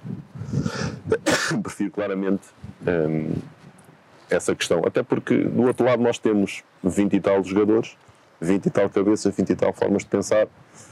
Prefiro claramente um, essa questão, até porque do outro lado nós temos vinte e tal jogadores, vinte e tal cabeças, vinte e tal formas de pensar.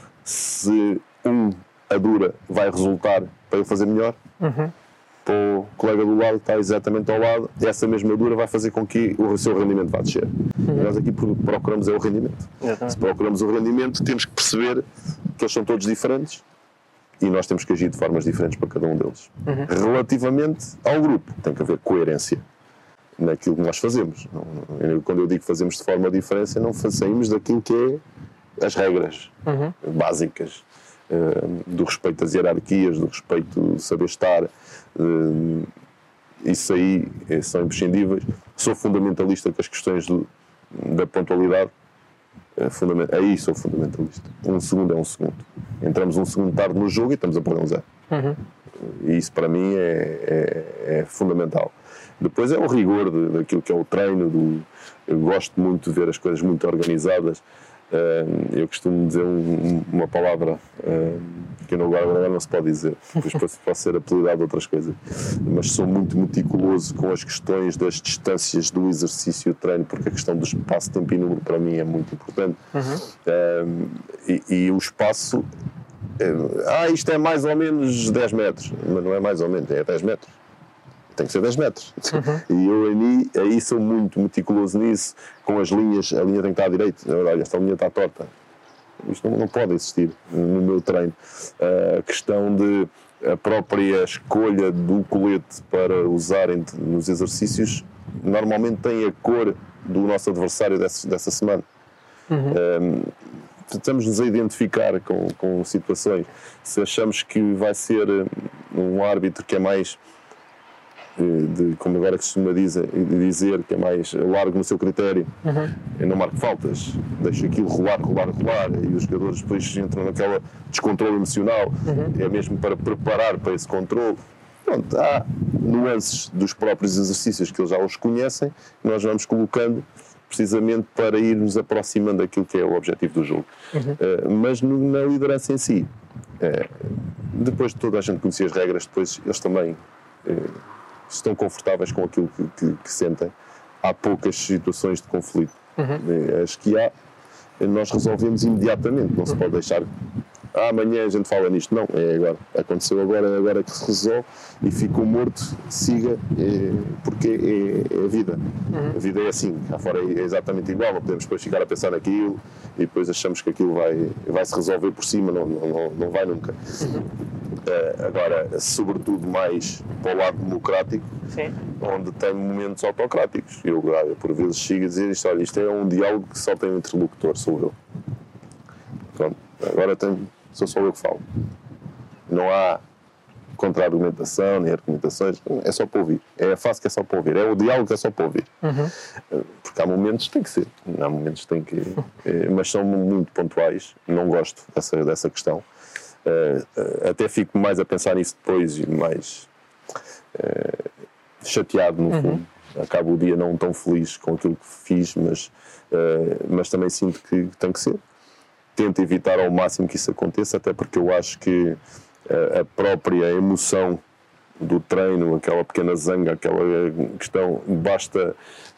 Se um a dura vai resultar para eu fazer melhor, uhum. para o colega do lado que está exatamente ao lado, essa mesma dura vai fazer com que o seu rendimento vá descer. Uhum. Nós aqui procuramos é o rendimento. Exatamente. Se procuramos o rendimento, temos que perceber que eles são todos diferentes e nós temos que agir de formas diferentes para cada um deles. Uhum. Relativamente ao grupo, tem que haver coerência naquilo que nós fazemos. Quando eu digo que fazemos de forma diferente, não fazemos daquilo que é as regras uhum. básicas. Uh, do respeito às hierarquias, do respeito de saber estar, uh, isso aí é, são imprescindíveis. Sou fundamentalista com as questões do, da pontualidade, uh, fundament, aí sou fundamentalista. Um segundo é um segundo. Entramos um segundo tarde no jogo e estamos a pôr um zero. Uhum. E isso para mim é, é, é fundamental. Depois é o rigor de, daquilo que é o treino, do, eu gosto muito de ver as coisas muito organizadas. Uh, eu costumo dizer um, uma palavra uh, que no lugar agora não se pode dizer, depois pode ser apelidado de outras coisas, mas sou muito meticuloso com as questões das distâncias do exercício e do treino, porque a questão do espaço, tempo e número para mim é muito importante. Uhum. Uh, e, e o espaço, uh, ah, isto é mais ou menos dez metros, mas não é mais ou menos, é dez metros. Tem que ser dez metros. Uhum. E eu aí, aí sou muito meticuloso nisso, com as linhas, a linha tem que estar à direita. Olha, esta linha está torta. Isto não, não pode existir no meu treino. Uh, a questão de a própria escolha do colete para usarem nos exercícios normalmente tem a cor do nosso adversário dessa, dessa semana. Uhum. Um, estamos-nos a identificar com, com situações. Se achamos que vai ser um árbitro que é mais De, como agora que se costuma dizer, dizer, que é mais largo no seu critério, uhum. eu não marco faltas, deixo aquilo rolar, rolar, rolar, e os jogadores depois entram naquela descontrole emocional, uhum. é mesmo para preparar para esse controle. Pronto, há nuances dos próprios exercícios que eles já os conhecem, que nós vamos colocando precisamente para irmos aproximando daquilo que é o objetivo do jogo. Uhum. Uh, mas no, na liderança em si, uh, depois de toda a gente conhecer as regras, depois eles também uh, estão confortáveis com aquilo que, que, que sentem. Há poucas situações de conflito. Uhum. As que há, nós resolvemos imediatamente. Não se pode deixar ah, amanhã a gente fala nisto. Não, é agora. Aconteceu agora, é agora que se resolve e ficou morto, siga, é, porque é, é a vida. Uhum. A vida é assim, cá fora é exatamente igual, não podemos depois ficar a pensar naquilo e depois achamos que aquilo vai, vai se resolver por cima, não, não, não vai nunca. Uhum. Uh, agora, sobretudo mais para o lado democrático, sim, onde tem momentos autocráticos. Eu, eu por vezes chego a dizer isto, olha, isto é um diálogo que só tem um interlocutor, sou eu. Pronto, agora tem, sou só eu que falo. Não há contra-argumentação, nem argumentações, é só para ouvir. É a fase que é só para ouvir, é o diálogo que é só para ouvir. Uhum. Porque há momentos que tem que ser, há momentos que tem que... mas são muito pontuais, não gosto dessa, dessa questão. Uh, até fico mais a pensar nisso depois e mais uh, chateado no fundo. Uhum. Acabo o dia não tão feliz com aquilo que fiz, mas, uh, mas também sinto que tem que ser. Tento evitar ao máximo que isso aconteça, até porque eu acho que uh, a própria emoção do treino, aquela pequena zanga, aquela questão, basta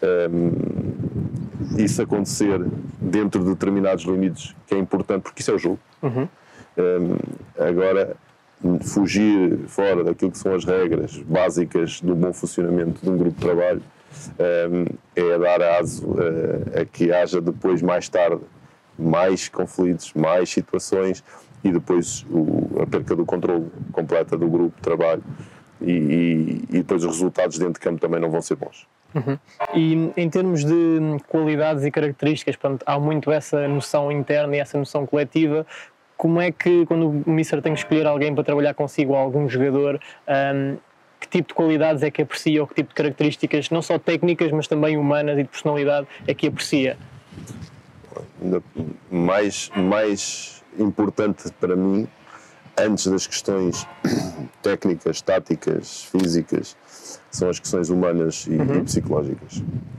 um, isso acontecer dentro de determinados limites, que é importante, porque isso é o jogo. Uhum. Um, agora, fugir fora daquilo que são as regras básicas do bom funcionamento de um grupo de trabalho um, é dar aso uh, a que haja depois, mais tarde, mais conflitos, mais situações e depois o, a perca do controle completa do grupo de trabalho e, e, e depois os resultados dentro de campo também não vão ser bons. Uhum. E em termos de qualidades e características, portanto, há muito essa noção interna e essa noção coletiva. Como é que, quando o Mister tem que escolher alguém para trabalhar consigo ou algum jogador, um, que tipo de qualidades é que aprecia ou que tipo de características, não só técnicas, mas também humanas e de personalidade, é que aprecia? Mais, mais importante para mim, antes das questões técnicas, táticas, físicas, são as questões humanas e, uhum. e psicológicas.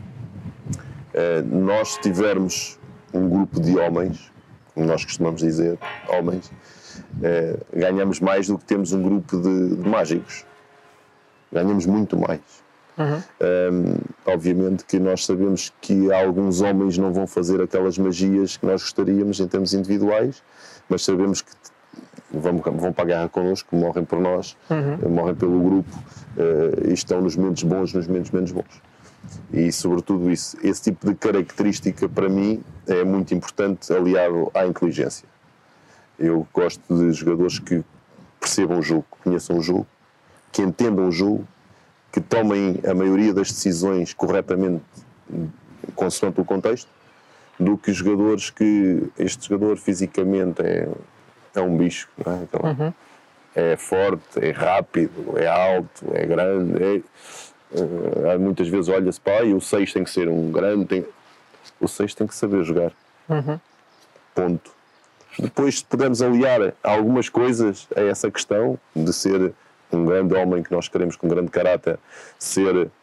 Uh, nós tivermos um grupo de homens, como nós costumamos dizer, homens, eh, ganhamos mais do que temos um grupo de, de mágicos. Ganhamos muito mais. Uhum. Um, obviamente que nós sabemos que alguns homens não vão fazer aquelas magias que nós gostaríamos em termos individuais, mas sabemos que vão, vão para a guerra connosco, morrem por nós, uhum. morrem pelo grupo uh, e estão nos momentos bons, nos momentos menos bons. E sobretudo isso, esse tipo de característica para mim é muito importante, aliado à inteligência. Eu gosto de jogadores que percebam o jogo, que conheçam o jogo, que entendam o jogo, que tomem a maioria das decisões corretamente consoante o contexto, do que jogadores que este jogador fisicamente é, é um bicho, não é? Então, uhum. é forte, é rápido, é alto, é grande, é... Uh, muitas vezes olha-se para aí, o seis tem que ser um grande, tem... o seis tem que saber jogar. Uhum. Ponto. Depois, se pudermos aliar algumas coisas a essa questão de ser um grande homem que nós queremos, com um grande caráter, ser uh,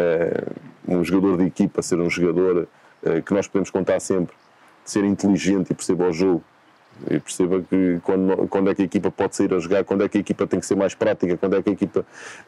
um jogador de equipa, ser um jogador uh, que nós podemos contar sempre, ser inteligente e perceber o jogo. E perceba que quando, quando é que a equipa pode sair a jogar, quando é que a equipa tem que ser mais prática, quando é que a equipa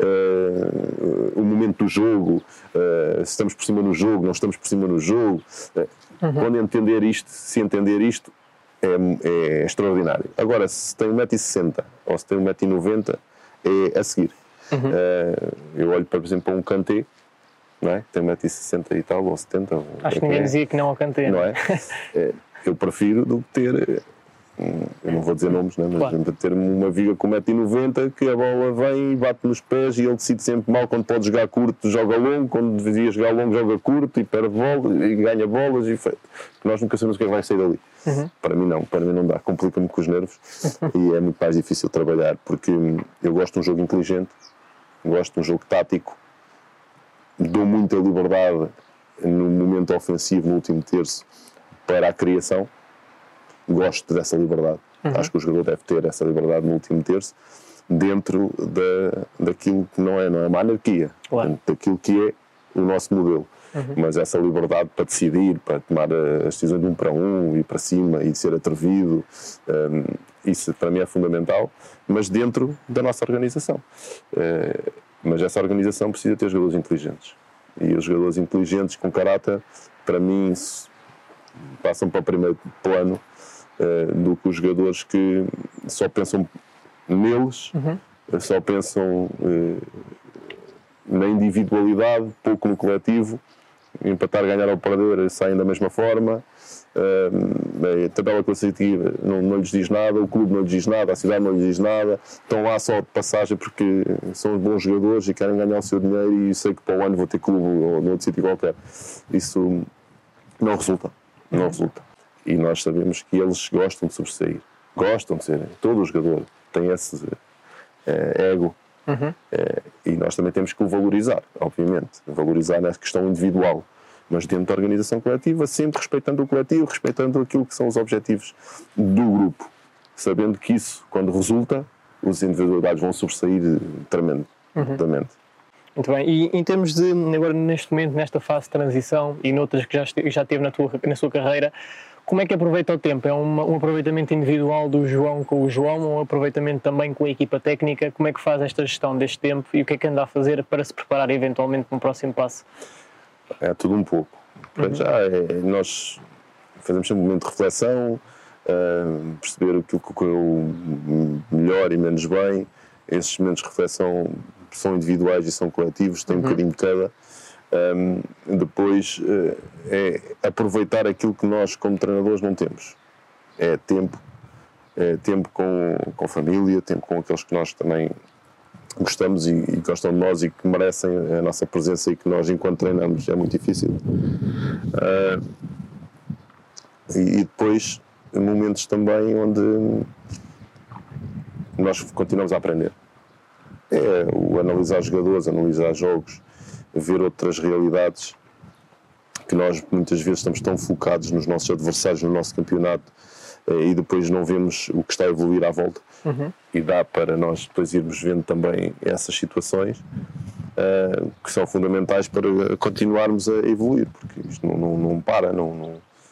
uh, o momento do jogo, uh, se estamos por cima no jogo, não estamos por cima no jogo. Uh, uhum. Quando entender isto, se entender isto, é, é extraordinário. Agora, se tem um metro e sessenta ou se tem um metro e noventa, é a seguir. Uhum. Uh, eu olho, por exemplo, para um Kanté, não é? Tem um metro e sessenta e tal, ou setenta. Acho que ninguém é. dizia que não ao Kanté. Não é? é? Eu prefiro do que ter... eu não vou dizer nomes, né? Mas claro. Ter uma viga com um metro e noventa que a bola vem e bate nos pés e ele decide sempre mal. Quando pode jogar curto, joga longo, quando devia jogar longo, joga curto e perde bola e ganha bolas e feito. Nós nunca sabemos o que é que vai sair dali. Uhum. Para mim não, para mim não dá, complica-me com os nervos e é muito mais difícil trabalhar, porque eu gosto de um jogo inteligente, gosto de um jogo tático, dou muita liberdade no momento ofensivo, no último terço, para a criação. Gosto dessa liberdade. Uhum. Acho que o jogador deve ter essa liberdade no último terço, dentro da, daquilo que não é, não é uma anarquia, claro. Daquilo que é o nosso modelo. Uhum. Mas essa liberdade para decidir, para tomar as decisões de um para um, ir para cima e de ser atrevido, um, isso para mim é fundamental, mas dentro da nossa organização. Uh, mas essa organização precisa ter jogadores inteligentes. E os jogadores inteligentes com caráter, para mim, passam para o primeiro plano uh, do que os jogadores que só pensam neles, uhum. só pensam uh, na individualidade, pouco no coletivo, empatar, ganhar ou perder, saem da mesma forma. Uh, a tabela classificativa não, não lhes diz nada, o clube não lhes diz nada, a cidade não lhes diz nada, estão lá só de passagem porque são bons jogadores e querem ganhar o seu dinheiro e sei que para o ano vou ter clube ou no outro sítio qualquer. Isso não resulta, não uhum. resulta. E nós sabemos que eles gostam de sobressair, gostam de ser, todo o jogador tem esse é, ego. Uhum. É, e nós também temos que o valorizar, obviamente, valorizar na questão individual, mas dentro da organização coletiva, sempre respeitando o coletivo, respeitando aquilo que são os objetivos do grupo, sabendo que isso, quando resulta, as individualidades vão sobressair tremendamente. Uhum. Muito bem, e em termos de, agora neste momento, nesta fase de transição e noutras que já, este, já teve na, tua, na sua carreira, como é que aproveita o tempo? É uma, um aproveitamento individual do João com o João ou um aproveitamento também com a equipa técnica? Como é que faz esta gestão deste tempo e o que é que anda a fazer para se preparar eventualmente para um próximo passo? É tudo um pouco. Para uhum. já, é, nós fazemos sempre um momento de reflexão, uh, perceber aquilo que correu melhor e menos bem. Esses momentos de reflexão são individuais e são coletivos, tem uhum. um bocadinho de cada. Um, depois uh, é aproveitar aquilo que nós como treinadores não temos. É tempo, é tempo com, com família, tempo com aqueles que nós também gostamos e, e gostam de nós e que merecem a nossa presença e que nós enquanto treinamos é muito difícil. Uh, e, e depois momentos também onde nós continuamos a aprender. É o analisar jogadores, analisar jogos, ver outras realidades que nós muitas vezes estamos tão focados nos nossos adversários, no nosso campeonato e depois não vemos o que está a evoluir à volta. Uhum. E dá para nós depois irmos vendo também essas situações uh, que são fundamentais para continuarmos a evoluir, porque isto não, não, não para, não, não...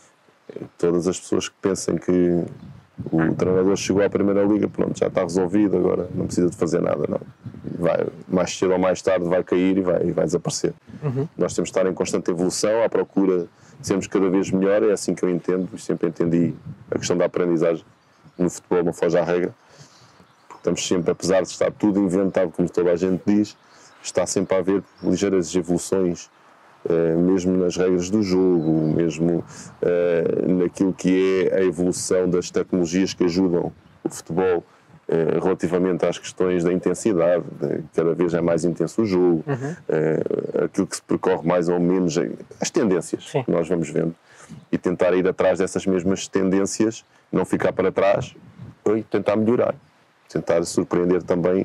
todas as pessoas que pensam que o treinador chegou à Primeira Liga, pronto, já está resolvido, agora não precisa de fazer nada, não. Vai, mais cedo ou mais tarde vai cair e vai, e vai desaparecer. Uhum. Nós temos de estar em constante evolução, à procura de sermos cada vez melhor, é assim que eu entendo, e sempre entendi a questão da aprendizagem. No futebol não foge à regra, porque estamos sempre, apesar de estar tudo inventado, como toda a gente diz, está sempre a haver ligeiras evoluções, Uh, mesmo nas regras do jogo, mesmo uh, naquilo que é a evolução das tecnologias que ajudam o futebol uh, relativamente às questões da intensidade, de, cada vez é mais intenso o jogo, uhum. uh, aquilo que se percorre mais ou menos, as tendências Sim. que nós vamos vendo, e tentar ir atrás dessas mesmas tendências, não ficar para trás e tentar melhorar, tentar surpreender também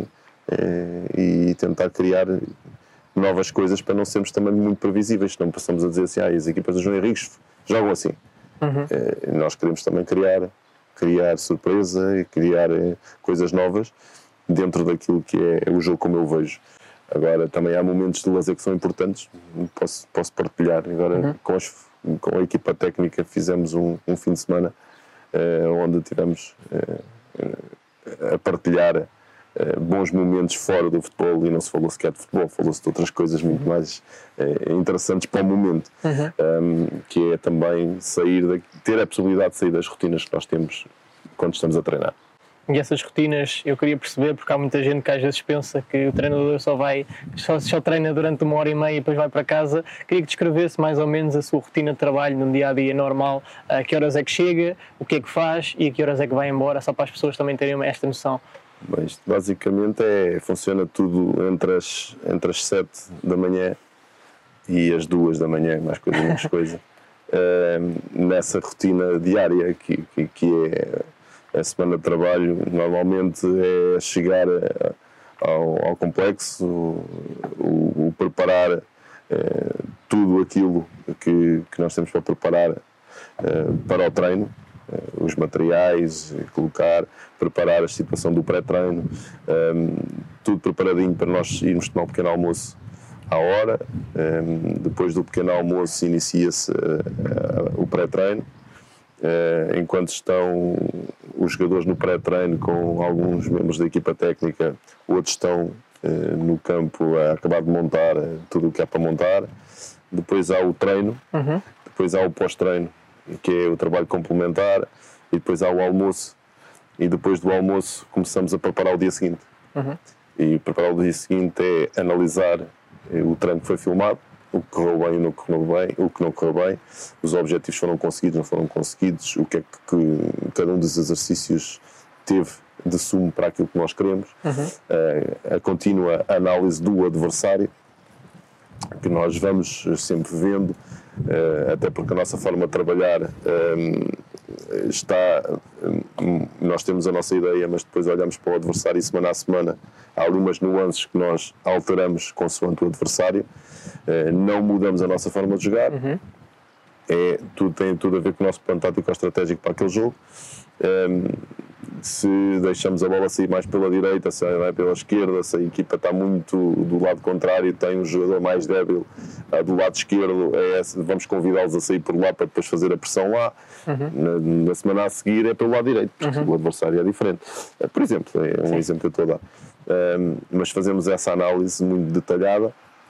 uh, e tentar criar novas coisas para não sermos também muito previsíveis, não passamos a dizer assim, ah, as equipas do João Henriques jogam assim. Uhum. Eh, nós queremos também criar, criar surpresa e criar eh, coisas novas dentro daquilo que é o jogo como eu vejo. Agora também há momentos de lazer que são importantes, posso, posso partilhar. Agora uhum. com, as, com a equipa técnica fizemos um, um fim de semana eh, onde tivemos eh, a partilhar Uh, bons momentos fora do futebol e não se falou sequer de futebol, falou-se de outras coisas muito mais uh, interessantes para o momento, uhum. um, que é também sair da, ter a possibilidade de sair das rotinas que nós temos quando estamos a treinar. E essas rotinas eu queria perceber, porque há muita gente que às vezes pensa que o treinador só vai, só, só treina durante uma hora e meia e depois vai para casa. Queria que descrevesse mais ou menos a sua rotina de trabalho num dia-a-dia normal, a que horas é que chega, o que é que faz e a que horas é que vai embora, só para as pessoas também terem esta noção. Bem, isto basicamente é, funciona tudo entre as, entre as sete da manhã e as duas da manhã, mais coisa, menos coisa, uh, nessa rotina diária que, que, que é a semana de trabalho. Normalmente é chegar a, ao, ao complexo, o, o, o preparar uh, tudo aquilo que, que nós temos para preparar uh, para o treino. Uh, os materiais, colocar, preparar a situação do pré-treino, um, tudo preparadinho para nós irmos tomar um pequeno almoço à hora. Um, depois do pequeno almoço inicia-se uh, uh, o pré-treino, uh, enquanto estão os jogadores no pré-treino com alguns membros da equipa técnica, outros estão uh, no campo a acabar de montar uh, tudo o que há para montar. Depois há o treino, uhum. depois há o pós-treino, que é o trabalho complementar, e depois há o almoço, e depois do almoço começamos a preparar o dia seguinte. Uhum. E preparar o dia seguinte é analisar o treino que foi filmado, o que correu bem e o que não correu bem, o que não correu bem, os objetivos foram conseguidos, não foram conseguidos, o que é que, que cada um dos exercícios teve de sumo para aquilo que nós queremos, uhum. uh, a contínua análise do adversário, que nós vamos sempre vendo, uh, até porque a nossa forma de trabalhar um, está, um, nós temos a nossa ideia, mas depois olhamos para o adversário e semana a semana há algumas nuances que nós alteramos consoante o adversário, uh, não mudamos a nossa forma de jogar, uhum. é, tudo, tem tudo a ver com o nosso plano tático estratégico para aquele jogo. Um, se deixamos a bola sair mais pela direita, se vai pela esquerda, se a equipa está muito do lado contrário, tem um jogador mais débil uh, do lado esquerdo, é esse, vamos convidá-los a sair por lá para depois fazer a pressão lá. Uhum. na, na semana a seguir é pelo lado direito, porque uhum. o adversário é diferente, uh, por exemplo, é um Sim. exemplo que eu estou a dar, um, mas fazemos essa análise muito detalhada.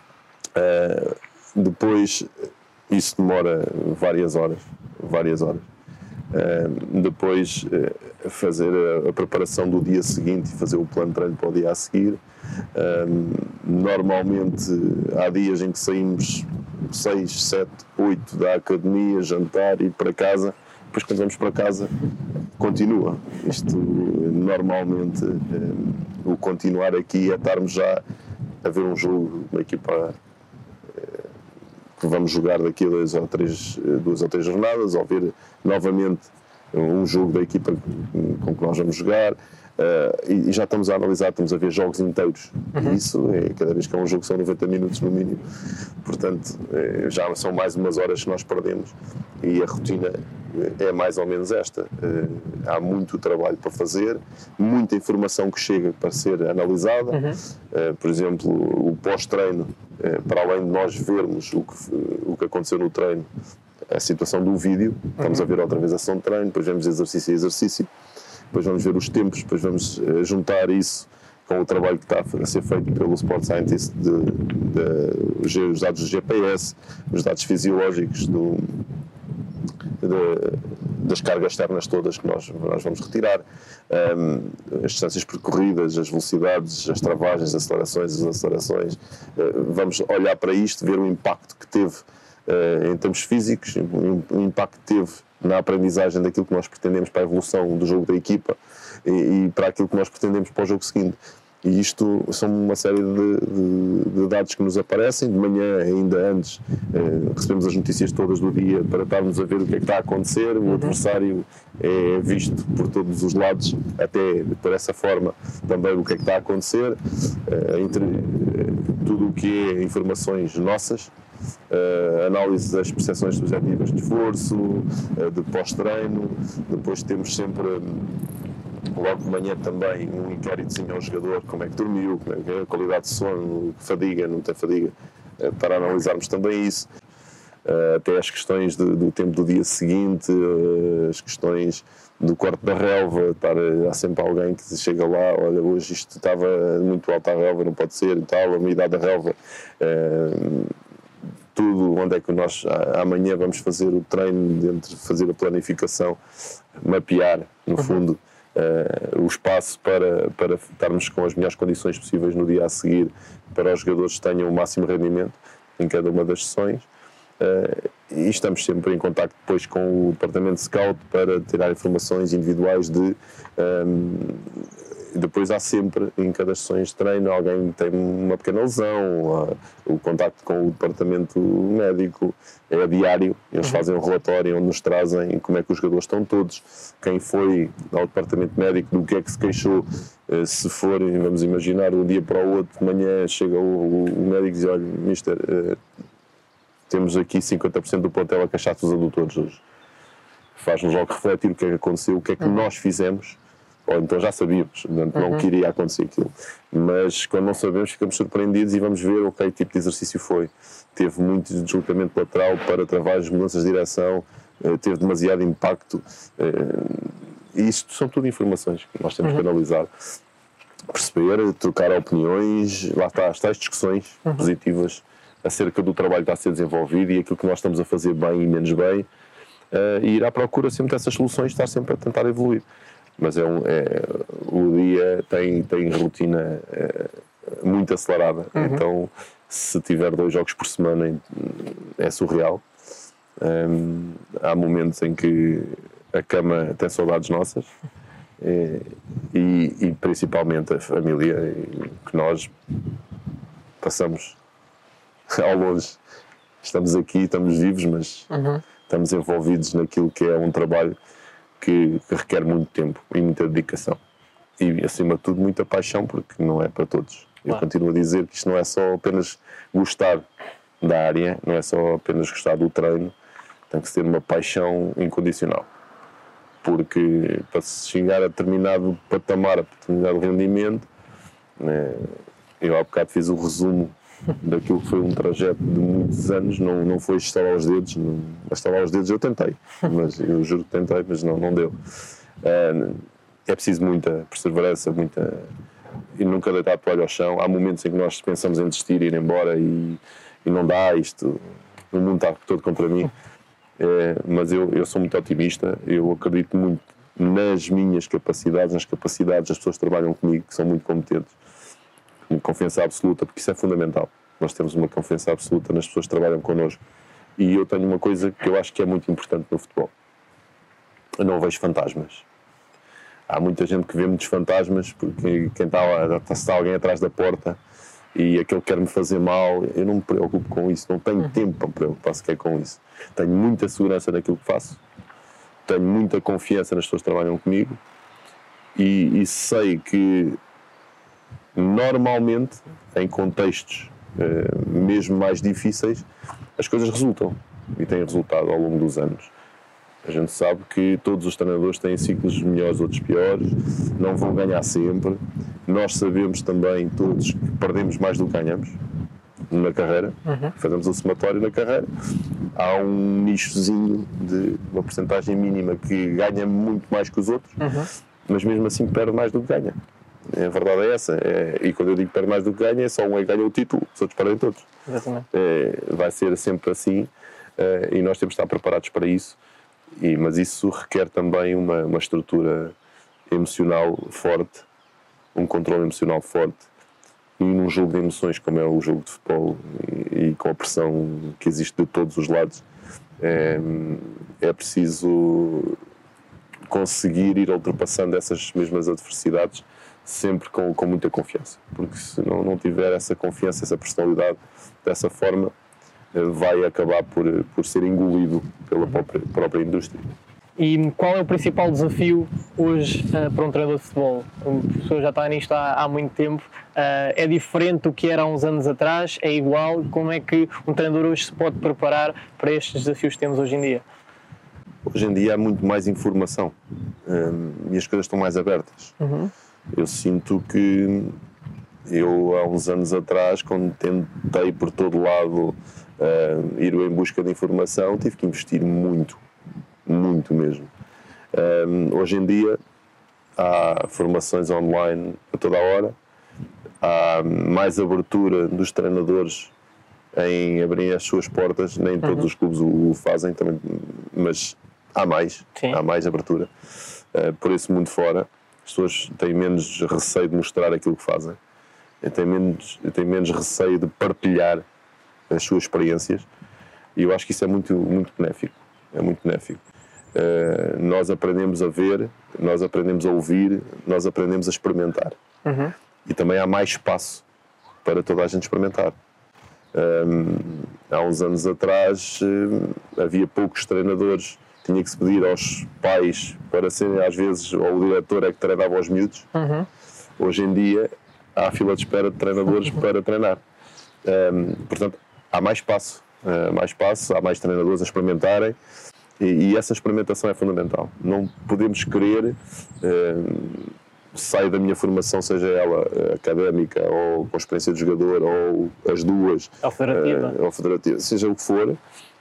Uh, depois isso demora várias horas várias horas Uh, depois uh, fazer a, a preparação do dia seguinte e fazer o plano de treino para o dia a seguir. Uh, normalmente há dias em que saímos seis, sete, oito da academia, jantar e ir para casa. Depois quando vamos para casa continua. Isto normalmente uh, o continuar aqui é estarmos já a ver um jogo, uma equipa uh, que vamos jogar daqui a dois ou três, duas ou três jornadas, ou ver novamente um jogo da equipa com que nós vamos jogar, uh, e, e já estamos a analisar, estamos a ver jogos inteiros. Uhum. E isso, é, cada vez que é um jogo, são noventa minutos no mínimo. Portanto, é, já são mais umas horas que nós perdemos e a rotina é mais ou menos esta. Uh, há muito trabalho para fazer, muita informação que chega para ser analisada. Uhum. Uh, por exemplo, o pós-treino, uh, para além de nós vermos o que, o que aconteceu no treino, a situação do vídeo, estamos uhum. a ver outra vez a ação de treino, depois vemos exercício a exercício, depois vamos ver os tempos, depois vamos uh, juntar isso com o trabalho que está a ser feito pelo Sport Scientist, de, de, de, os dados do G P S, os dados fisiológicos do, de, das cargas externas todas que nós, nós vamos retirar, um, as distâncias percorridas, as velocidades, as travagens, as acelerações, as acelerações. Uh, vamos olhar para isto, ver o impacto que teve uh, em termos físicos, o impacto que teve na aprendizagem daquilo que nós pretendemos para a evolução do jogo da equipa e, e para aquilo que nós pretendemos para o jogo seguinte. E isto são uma série de, de, de dados que nos aparecem. De manhã, ainda antes, eh, recebemos as notícias todas do dia para estarmos a ver o que é que está a acontecer. O adversário é visto por todos os lados, até por essa forma também o que é que está a acontecer. Eh, entre eh, tudo o que é informações nossas, Uh, análise das percepções subjetivas de esforço, uh, de pós-treino. Depois temos sempre, logo de manhã também, um inquéritozinho ao jogador, como é que dormiu, como é que é a qualidade de sono, fadiga, não tem fadiga, uh, para analisarmos também isso. Uh, até as questões de, do tempo do dia seguinte, uh, as questões do corte da relva, estar, há sempre alguém que chega lá, olha, hoje isto estava muito alta a relva, não pode ser e tal, a umidade da relva. Uh, tudo, onde é que nós amanhã vamos fazer o treino, dentro de fazer a planificação, mapear, no uhum. fundo, uh, o espaço para, para estarmos com as melhores condições possíveis no dia a seguir, para os jogadores que tenham o máximo rendimento em cada uma das sessões. Uh, e estamos sempre em contacto depois com o departamento de scout para tirar informações individuais de... Um, depois há sempre, em cada sessões de treino, alguém tem uma pequena lesão, o contacto com o departamento médico é diário, eles uhum. fazem um relatório onde nos trazem como é que os jogadores estão todos, quem foi ao departamento médico, do que é que se queixou, se for, vamos imaginar, um dia para o outro, de manhã chega o, o médico e diz, olha, mister, temos aqui cinquenta por cento do plantel a queixar-se dos adutores hoje. Faz-nos logo refletir o que é que aconteceu, o que é que uhum. nós fizemos. Ou então já sabíamos, portanto, não uhum. que iria acontecer aquilo. Mas quando não sabemos, ficamos surpreendidos e vamos ver okay, que tipo de exercício foi. Teve muito deslocamento lateral para travagens, mudanças de direção, teve demasiado impacto. E isto são tudo informações que nós temos uhum. que analisar, perceber, trocar opiniões, lá está, as tais discussões uhum. positivas acerca do trabalho que está a ser desenvolvido e aquilo que nós estamos a fazer bem e menos bem. uh, e ir à procura sempre dessas soluções, estar sempre a tentar evoluir. Mas é um, é, o dia tem, tem rotina é, muito acelerada, uhum. Então se tiver dois jogos por semana é surreal. Um, há momentos em que a cama tem saudades nossas, é, e, e principalmente a família que nós passamos ao longe. Estamos aqui, estamos vivos, mas uhum. estamos envolvidos naquilo que é um trabalho que, que requer muito tempo e muita dedicação. E, acima de tudo, muita paixão, porque não é para todos. Eu claro. Continuo a dizer que isto não é só apenas gostar da área, não é só apenas gostar do treino, tem que ter uma paixão incondicional. Porque para se chegar a determinado patamar, a determinado rendimento, né, eu há bocado fiz o resumo daquilo que foi um trajeto de muitos anos, não, não foi estalar os dedos, não, estalar os dedos eu tentei, mas eu juro que tentei, mas não, não deu. É, é preciso muita perseverança, muita, e nunca deitar a toalha ao chão. Há momentos em que nós pensamos em desistir, ir embora e, e não dá, isto, o mundo está todo contra mim, é, mas eu, eu sou muito otimista, eu acredito muito nas minhas capacidades, nas capacidades das pessoas que trabalham comigo, que são muito competentes. Confiança absoluta, porque isso é fundamental. Nós temos uma confiança absoluta nas pessoas que trabalham connosco. E eu tenho uma coisa que eu acho que é muito importante no futebol. Eu não vejo fantasmas. Há muita gente que vê muitos fantasmas, porque quem está lá, está, está alguém atrás da porta e aquele quer me fazer mal. Eu não me preocupo com isso, não tenho tempo para me preocupar sequer com isso. Tenho muita segurança naquilo que faço, tenho muita confiança nas pessoas que trabalham comigo e, e sei que normalmente, em contextos uh, mesmo mais difíceis, as coisas resultam e têm resultado ao longo dos anos. A gente sabe que todos os treinadores têm ciclos melhores, outros piores, não vão ganhar sempre. Nós sabemos também todos que perdemos mais do que ganhamos na carreira, uhum. Fazemos o somatório na carreira. Há um nichozinho de uma porcentagem mínima que ganha muito mais que os outros, uhum. Mas mesmo assim perde mais do que ganha. A verdade é essa, é, e quando eu digo que perde mais do que ganha, é só um é que ganha o título, os outros perdem todos. É, vai ser sempre assim, é, e nós temos de estar preparados para isso, e, mas isso requer também uma, uma estrutura emocional forte, um controle emocional forte, e num jogo de emoções como é o jogo de futebol, e, e com a pressão que existe de todos os lados, é, é preciso conseguir ir ultrapassando essas mesmas adversidades sempre com, com muita confiança, porque se não, não tiver essa confiança, essa personalidade, dessa forma, vai acabar por, por ser engolido pela própria, própria indústria. E qual é o principal desafio hoje uh, para um treinador de futebol? O professor já está nisto há, há muito tempo, uh, é diferente do que era há uns anos atrás, é igual? Como é que um treinador hoje se pode preparar para estes desafios que temos hoje em dia? Hoje em dia há muito mais informação, um, e as coisas estão mais abertas. Uhum. Eu sinto que eu, há uns anos atrás, quando tentei por todo lado uh, ir em busca de informação, tive que investir muito, muito mesmo. Um, hoje em dia há formações online a toda a hora, há mais abertura dos treinadores em abrir as suas portas, nem uhum. todos os clubes o fazem, também, mas há mais, Sim. há mais abertura uh, por esse mundo fora. As pessoas têm menos receio de mostrar aquilo que fazem, têm menos, têm menos receio de partilhar as suas experiências, e eu acho que isso é muito, muito benéfico, é muito benéfico. Uh, nós aprendemos a ver, nós aprendemos a ouvir, nós aprendemos a experimentar. Uhum. E também há mais espaço para toda a gente experimentar. Um, há uns anos atrás um, havia poucos treinadores, tinha que se pedir aos pais para serem, às vezes, ou o diretor é que treinava os miúdos. Uhum. Hoje em dia há fila de espera de treinadores uhum. para treinar. Um, portanto, há mais espaço, uh, mais espaço, há mais treinadores a experimentarem, e, e essa experimentação é fundamental. Não podemos querer, uh, saio da minha formação, seja ela uh, académica ou com experiência de jogador, ou as duas, ou federativa, uh, ou federativa, seja o que for,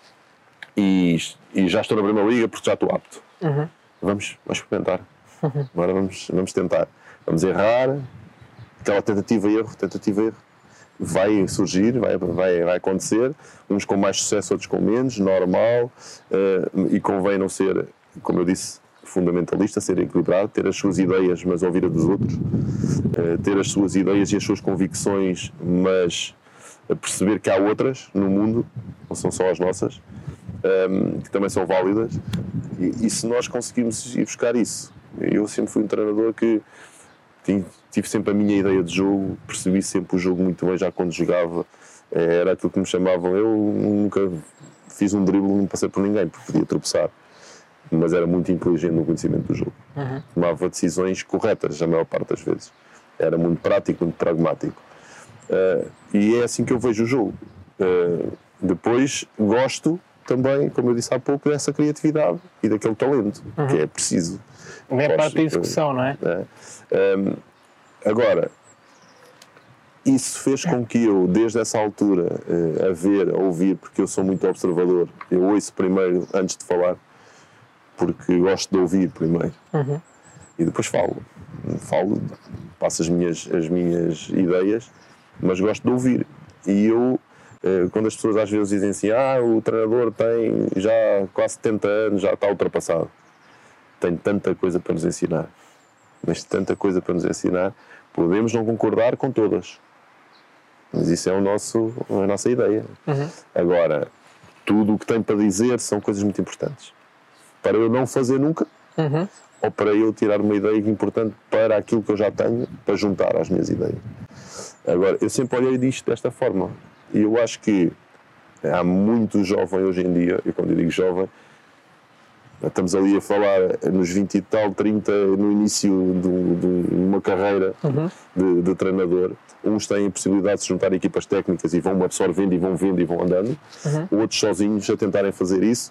e, e já estou na primeira liga porque já estou apto. Uhum. Vamos, vamos experimentar. Uhum. Agora vamos, vamos tentar. Vamos errar, aquela tentativa e erro, tentativa e erro. vai surgir, vai, vai, vai acontecer, uns com mais sucesso, outros com menos, normal, uh, e convém não ser, como eu disse, fundamentalista, ser equilibrado, ter as suas ideias, mas ouvir a dos outros, uh, ter as suas ideias e as suas convicções, mas perceber que há outras no mundo, não são só as nossas, um, que também são válidas, e, e se nós conseguirmos ir buscar isso, eu sempre fui um treinador que tive, tive sempre a minha ideia de jogo, percebi sempre o jogo muito bem já quando jogava, era aquilo que me chamavam, eu nunca fiz um drible, não passei por ninguém, porque podia tropeçar, mas era muito inteligente no conhecimento do jogo, uhum. Tomava decisões corretas a maior parte das vezes, era muito prático, muito pragmático. Uh, e é assim que eu vejo o jogo. Uh, depois gosto também, como eu disse há pouco, dessa criatividade e daquele talento, uhum. que é preciso. É parte da execução, uh, não é? é? Um, agora, isso fez com que eu, desde essa altura, uh, a ver, a ouvir, porque eu sou muito observador, eu ouço primeiro antes de falar, porque gosto de ouvir primeiro. Uhum. E depois falo. Falo, passo as minhas, as minhas ideias, mas gosto de ouvir. E eu, quando as pessoas às vezes dizem assim, ah, o treinador tem já quase setenta anos, já está ultrapassado. Tem tanta coisa para nos ensinar. Mas tanta coisa para nos ensinar, podemos não concordar com todas. Mas isso é o nosso, a nossa ideia. Uhum. Agora, tudo o que tem para dizer são coisas muito importantes. Para eu não fazer nunca, uhum. ou para eu tirar uma ideia importante para aquilo que eu já tenho, para juntar às minhas ideias. Agora, eu sempre olhei disto desta forma, e eu acho que há muito jovem hoje em dia, e quando eu digo jovem, estamos ali a falar nos vinte e tal, trinta, no início de, de uma carreira uhum. de, de treinador, uns têm a possibilidade de se juntar a equipas técnicas e vão absorvendo e vão vendo e vão andando, uhum. outros sozinhos a tentarem fazer isso,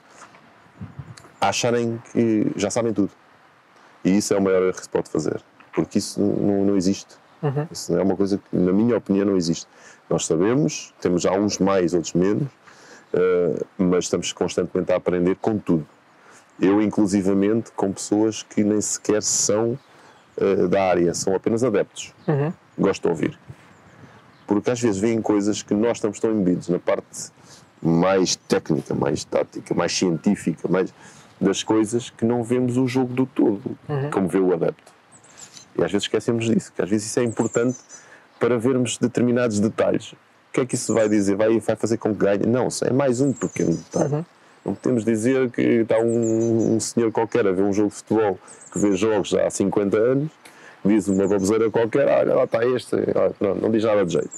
a acharem que já sabem tudo. E isso é o maior erro que se pode fazer, porque isso não, não existe. Uhum. Isso é uma coisa que, na minha opinião, não existe. Nós sabemos, temos já uns mais, outros menos, uh, mas estamos constantemente a aprender com tudo. Eu, inclusivamente, com pessoas que nem sequer são uh, da área, são apenas adeptos. Uhum. Gosto de ouvir. Porque às vezes vêm coisas que nós estamos tão embebidos na parte mais técnica, mais tática, mais científica, mais das coisas, que não vemos o jogo do todo, uhum. como vê o adepto. E às vezes esquecemos disso, que às vezes isso é importante para vermos determinados detalhes. O que é que isso vai dizer? Vai, vai fazer com que ganhe? Não, é mais um pequeno detalhe. Uhum. Não podemos dizer que está um, um senhor qualquer a ver um jogo de futebol que vê jogos já há cinquenta anos, diz uma baboseira qualquer, olha, lá está este, olha, não, não diz nada de jeito.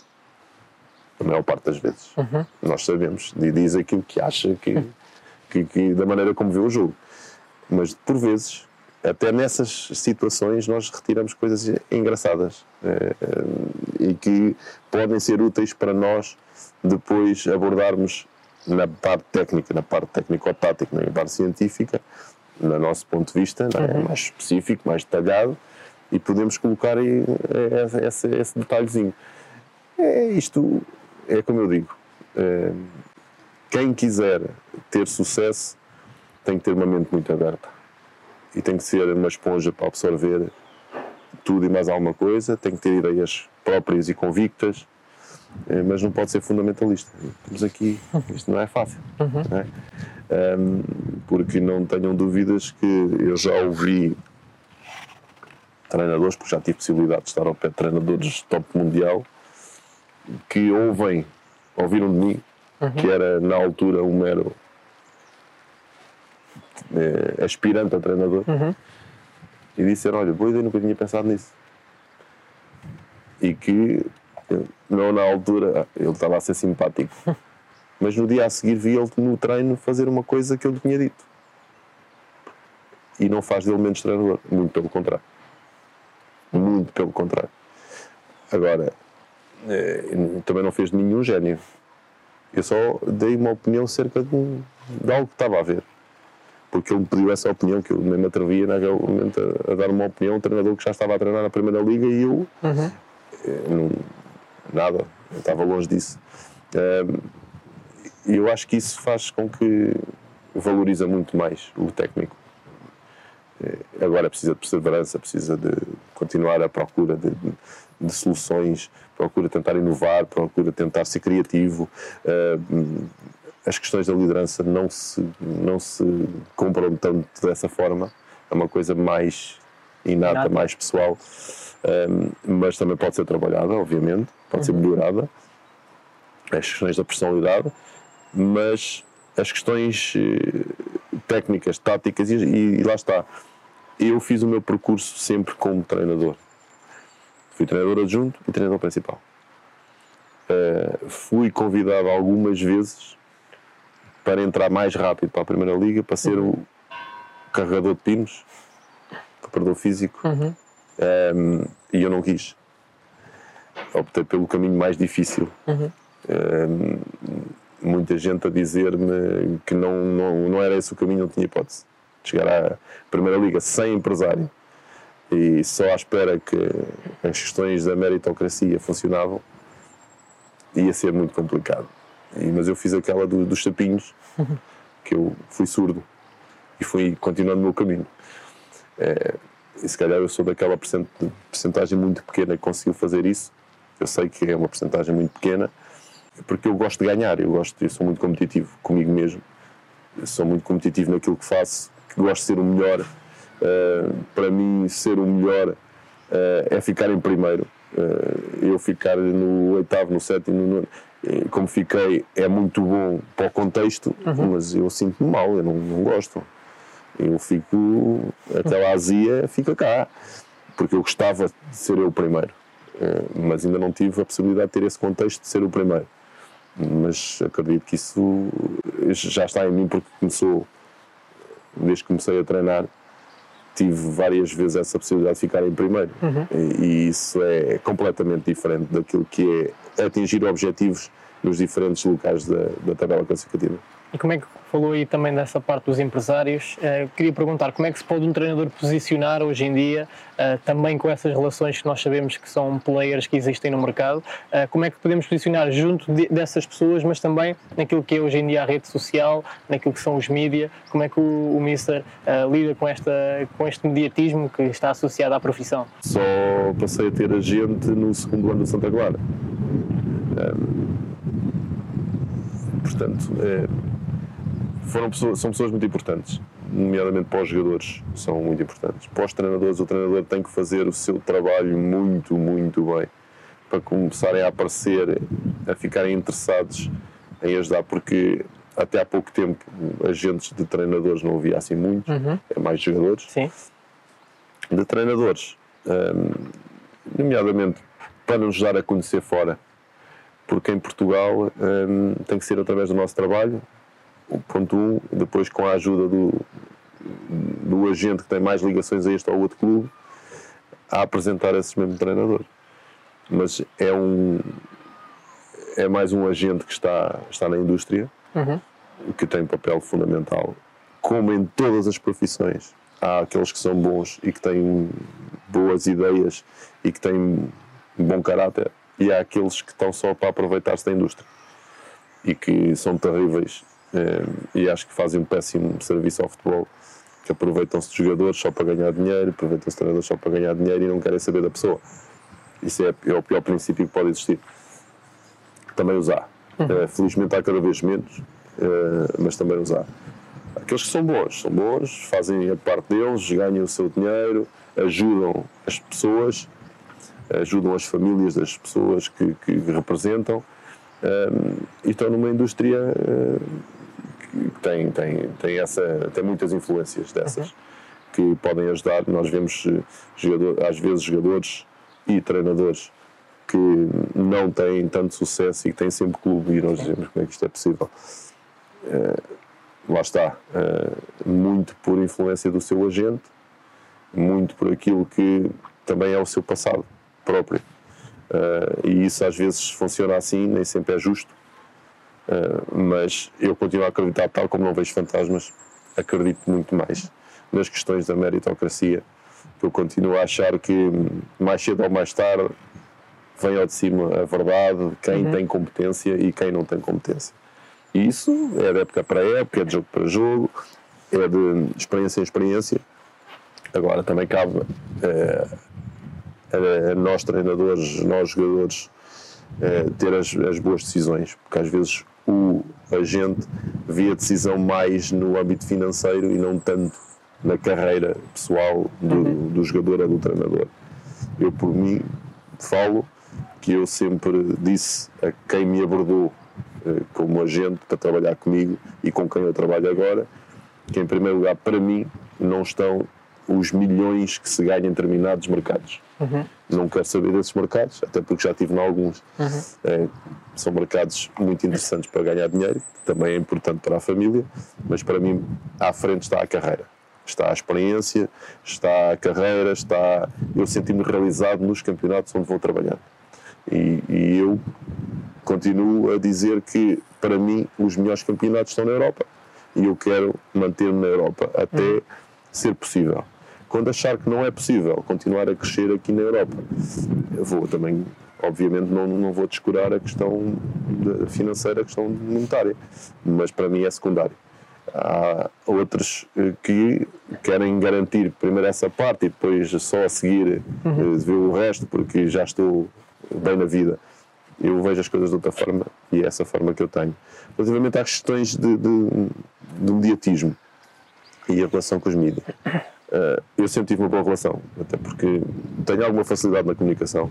A maior parte das vezes. Uhum. Nós sabemos, e diz aquilo que acha, que, uhum. que, que, da maneira como vê o jogo. Mas, por vezes, até nessas situações, nós retiramos coisas engraçadas é, é, e que podem ser úteis para nós depois abordarmos na parte técnica, na parte técnico-tática, na parte científica, no nosso ponto de vista, uhum. é, mais específico, mais detalhado, e podemos colocar aí é, esse, esse detalhezinho. É, isto é como eu digo, é, quem quiser ter sucesso tem que ter uma mente muito aberta e tem que ser uma esponja para absorver tudo e mais alguma coisa, tem que ter ideias próprias e convictas, é, mas não pode ser fundamentalista. Estamos aqui, isto não é fácil, uhum. não é? Um, porque não tenham dúvidas que eu já ouvi treinadores, porque já tive possibilidade de estar ao pé de treinadores top mundial, que ouvem, ouviram de mim, uhum. que era na altura um mero eh, aspirante a treinador, uhum. e disseram, olha, boa ideia, nunca tinha pensado nisso. E que, não na altura, ele estava a ser simpático, mas no dia a seguir vi ele no treino fazer uma coisa que eu lhe tinha dito. E não faz dele menos treinador, muito pelo contrário. Muito pelo contrário. Agora, também não fez de nenhum gênio. Eu só dei uma opinião cerca de, um, de algo que estava a ver. Porque ele me pediu essa opinião, que eu nem me atrevia naquele momento a, a dar uma opinião, um treinador que já estava a treinar na Primeira Liga, e eu, uhum. não, nada, eu estava longe disso. E eu acho que isso faz com que valoriza muito mais o técnico. Agora precisa de perseverança, precisa de continuar à procura de, de soluções, procura tentar inovar, procura tentar ser criativo. Uh, as questões da liderança não se, não se compram tanto dessa forma, é uma coisa mais inata, inata. mais pessoal, um, mas também pode ser trabalhada, obviamente, pode uhum. ser melhorada, as questões da personalidade, mas as questões uh, técnicas, táticas, e, e lá está. Eu fiz o meu percurso sempre como treinador. Fui treinador adjunto e treinador principal. Uh, fui convidado algumas vezes para entrar mais rápido para a Primeira Liga, para ser uhum. o carregador de pinos, preparador físico, uhum. um, e eu não quis. Optei pelo caminho mais difícil. Uhum. Um, muita gente a dizer-me que não, não, não era esse o caminho, não tinha hipótese. Chegar à Primeira Liga sem empresário e só à espera que as questões da meritocracia funcionavam, ia ser muito complicado. E, mas eu fiz aquela do, dos sapinhos, uhum. que eu fui surdo e fui continuando o meu caminho. É, e se calhar eu sou daquela percentagem muito pequena que conseguiu fazer isso. Eu sei que é uma percentagem muito pequena, porque eu gosto de ganhar, eu, gosto, eu sou muito competitivo comigo mesmo, eu sou muito competitivo naquilo que faço, que gosto de ser o melhor. Uh, para mim, ser o melhor uh, é ficar em primeiro. Uh, eu ficar no oitavo, no sétimo, no nono, como fiquei, é muito bom para o contexto, uhum. mas eu sinto-me mal, eu não, não gosto. Eu fico, aquela azia fica cá, porque eu gostava de ser eu o primeiro, uh, mas ainda não tive a possibilidade de ter esse contexto de ser o primeiro. Mas acredito que isso já está em mim, porque começou, desde que comecei a treinar, tive várias vezes essa possibilidade de ficar em primeiro. Uhum. E, e isso é completamente diferente daquilo que é atingir objetivos nos diferentes locais da, da tabela classificativa. E como é que falou aí também dessa parte dos empresários? Uh, queria perguntar como é que se pode um treinador posicionar hoje em dia, uh, também com essas relações que nós sabemos que são players que existem no mercado, uh, como é que podemos posicionar junto de, dessas pessoas, mas também naquilo que é hoje em dia a rede social, naquilo que são os mídias, como é que o, o Mister uh, lida com, esta, com este mediatismo que está associado à profissão? Só passei a ter agente no segundo ano do Santa Clara. Um, portanto, é, foram pessoas, são pessoas muito importantes, nomeadamente para os jogadores, são muito importantes. Para os treinadores, o treinador tem que fazer o seu trabalho muito, muito bem, para começarem a aparecer, a ficarem interessados em ajudar, porque até há pouco tempo agentes de treinadores não havia assim muitos, uhum. é mais jogadores. Sim. De treinadores, um, nomeadamente para nos dar a conhecer fora, porque em Portugal um, tem que ser através do nosso trabalho, o ponto um, depois com a ajuda do, do agente que tem mais ligações a este ou outro clube, a apresentar esses mesmos treinadores. Mas é um é mais um agente que está, está na indústria, uhum. que tem um papel fundamental. Como em todas as profissões, há aqueles que são bons e que têm boas ideias e que têm um bom caráter, e há aqueles que estão só para aproveitar-se da indústria e que são terríveis. E acho que fazem um péssimo serviço ao futebol, que aproveitam-se de jogadores só para ganhar dinheiro, aproveitam-se de treinadores só para ganhar dinheiro e não querem saber da pessoa. Isso é, é o pior princípio que pode existir. Também usar. Uhum. Felizmente há cada vez menos, mas também usar. Aqueles que são bons, são bons, fazem a parte deles, ganham o seu dinheiro, ajudam as pessoas, ajudam as famílias das pessoas que, que representam, e estão numa indústria que tem, tem, tem, essa, tem muitas influências dessas, uhum. que podem ajudar. Nós vemos jogador, às vezes jogadores e treinadores que não têm tanto sucesso e que têm sempre clube, e nós dizemos como é que isto é possível. Uh, lá está, uh, muito por influência do seu agente, muito por aquilo que também é o seu passado próprio. Uh, e isso às vezes funciona assim, nem sempre é justo, uh, mas eu continuo a acreditar, tal como não vejo fantasmas, acredito muito mais nas questões da meritocracia, que eu continuo a achar que mais cedo ou mais tarde vem ao de cima a verdade de quem uhum. tem competência e quem não tem competência. E isso é de época para época, é de jogo para jogo, é de experiência em experiência. Agora também cabe uh, a, a nós treinadores, nós jogadores, uh, ter as, as boas decisões, porque às vezes o agente vê a decisão mais no âmbito financeiro e não tanto na carreira pessoal do, uhum. do jogador ou do treinador. Eu, por mim, falo que eu sempre disse a quem me abordou uh, como agente para trabalhar comigo e com quem eu trabalho agora, que em primeiro lugar, para mim, não estão os milhões que se ganham em determinados mercados. Uhum. Não quero saber desses mercados, até porque já estive em alguns. Uhum. É, são mercados muito interessantes para ganhar dinheiro, que também é importante para a família, mas para mim, à frente está a carreira. Está a experiência, está a carreira, está... Eu senti-me realizado nos campeonatos onde vou trabalhar. E, e eu continuo a dizer que, para mim, os melhores campeonatos estão na Europa e eu quero manter-me na Europa até uhum. ser possível. Quando achar que não é possível continuar a crescer aqui na Europa, eu vou também, obviamente, não, não vou descurar a questão financeira, a questão monetária, mas para mim é secundário. Há outros que querem garantir primeiro essa parte e depois só a seguir uhum. ver o resto, porque já estou bem na vida. Eu vejo as coisas de outra forma e é essa forma que eu tenho. Relativamente às questões de, de, de mediatismo e a relação com os mídias, uh, eu sempre tive uma boa relação, até porque tenho alguma facilidade na comunicação,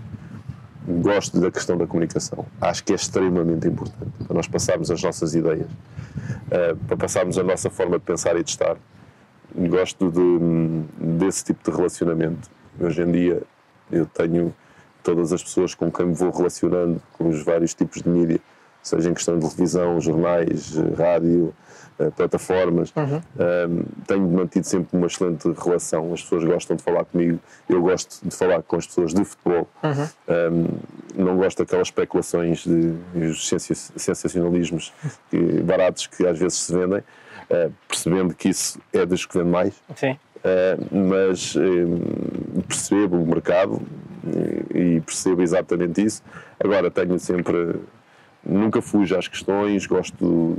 gosto da questão da comunicação, acho que é extremamente importante para nós passarmos as nossas ideias, uh, para passarmos a nossa forma de pensar e de estar. Gosto de, desse tipo de relacionamento. Hoje em dia eu tenho todas as pessoas com quem me vou relacionando, com os vários tipos de mídia, seja em questão de televisão, jornais, rádio, plataformas. Uhum. Um, tenho mantido sempre uma excelente relação, as pessoas gostam de falar comigo, eu gosto de falar com as pessoas de futebol. Uhum. Um, não gosto daquelas especulações de, de sensacionalismos que, baratos que às vezes se vendem, uh, percebendo que isso é dos que vende mais. Sim. Uh, mas um, percebo o mercado e, e percebo exatamente isso. Agora tenho sempre, nunca fujo às questões, gosto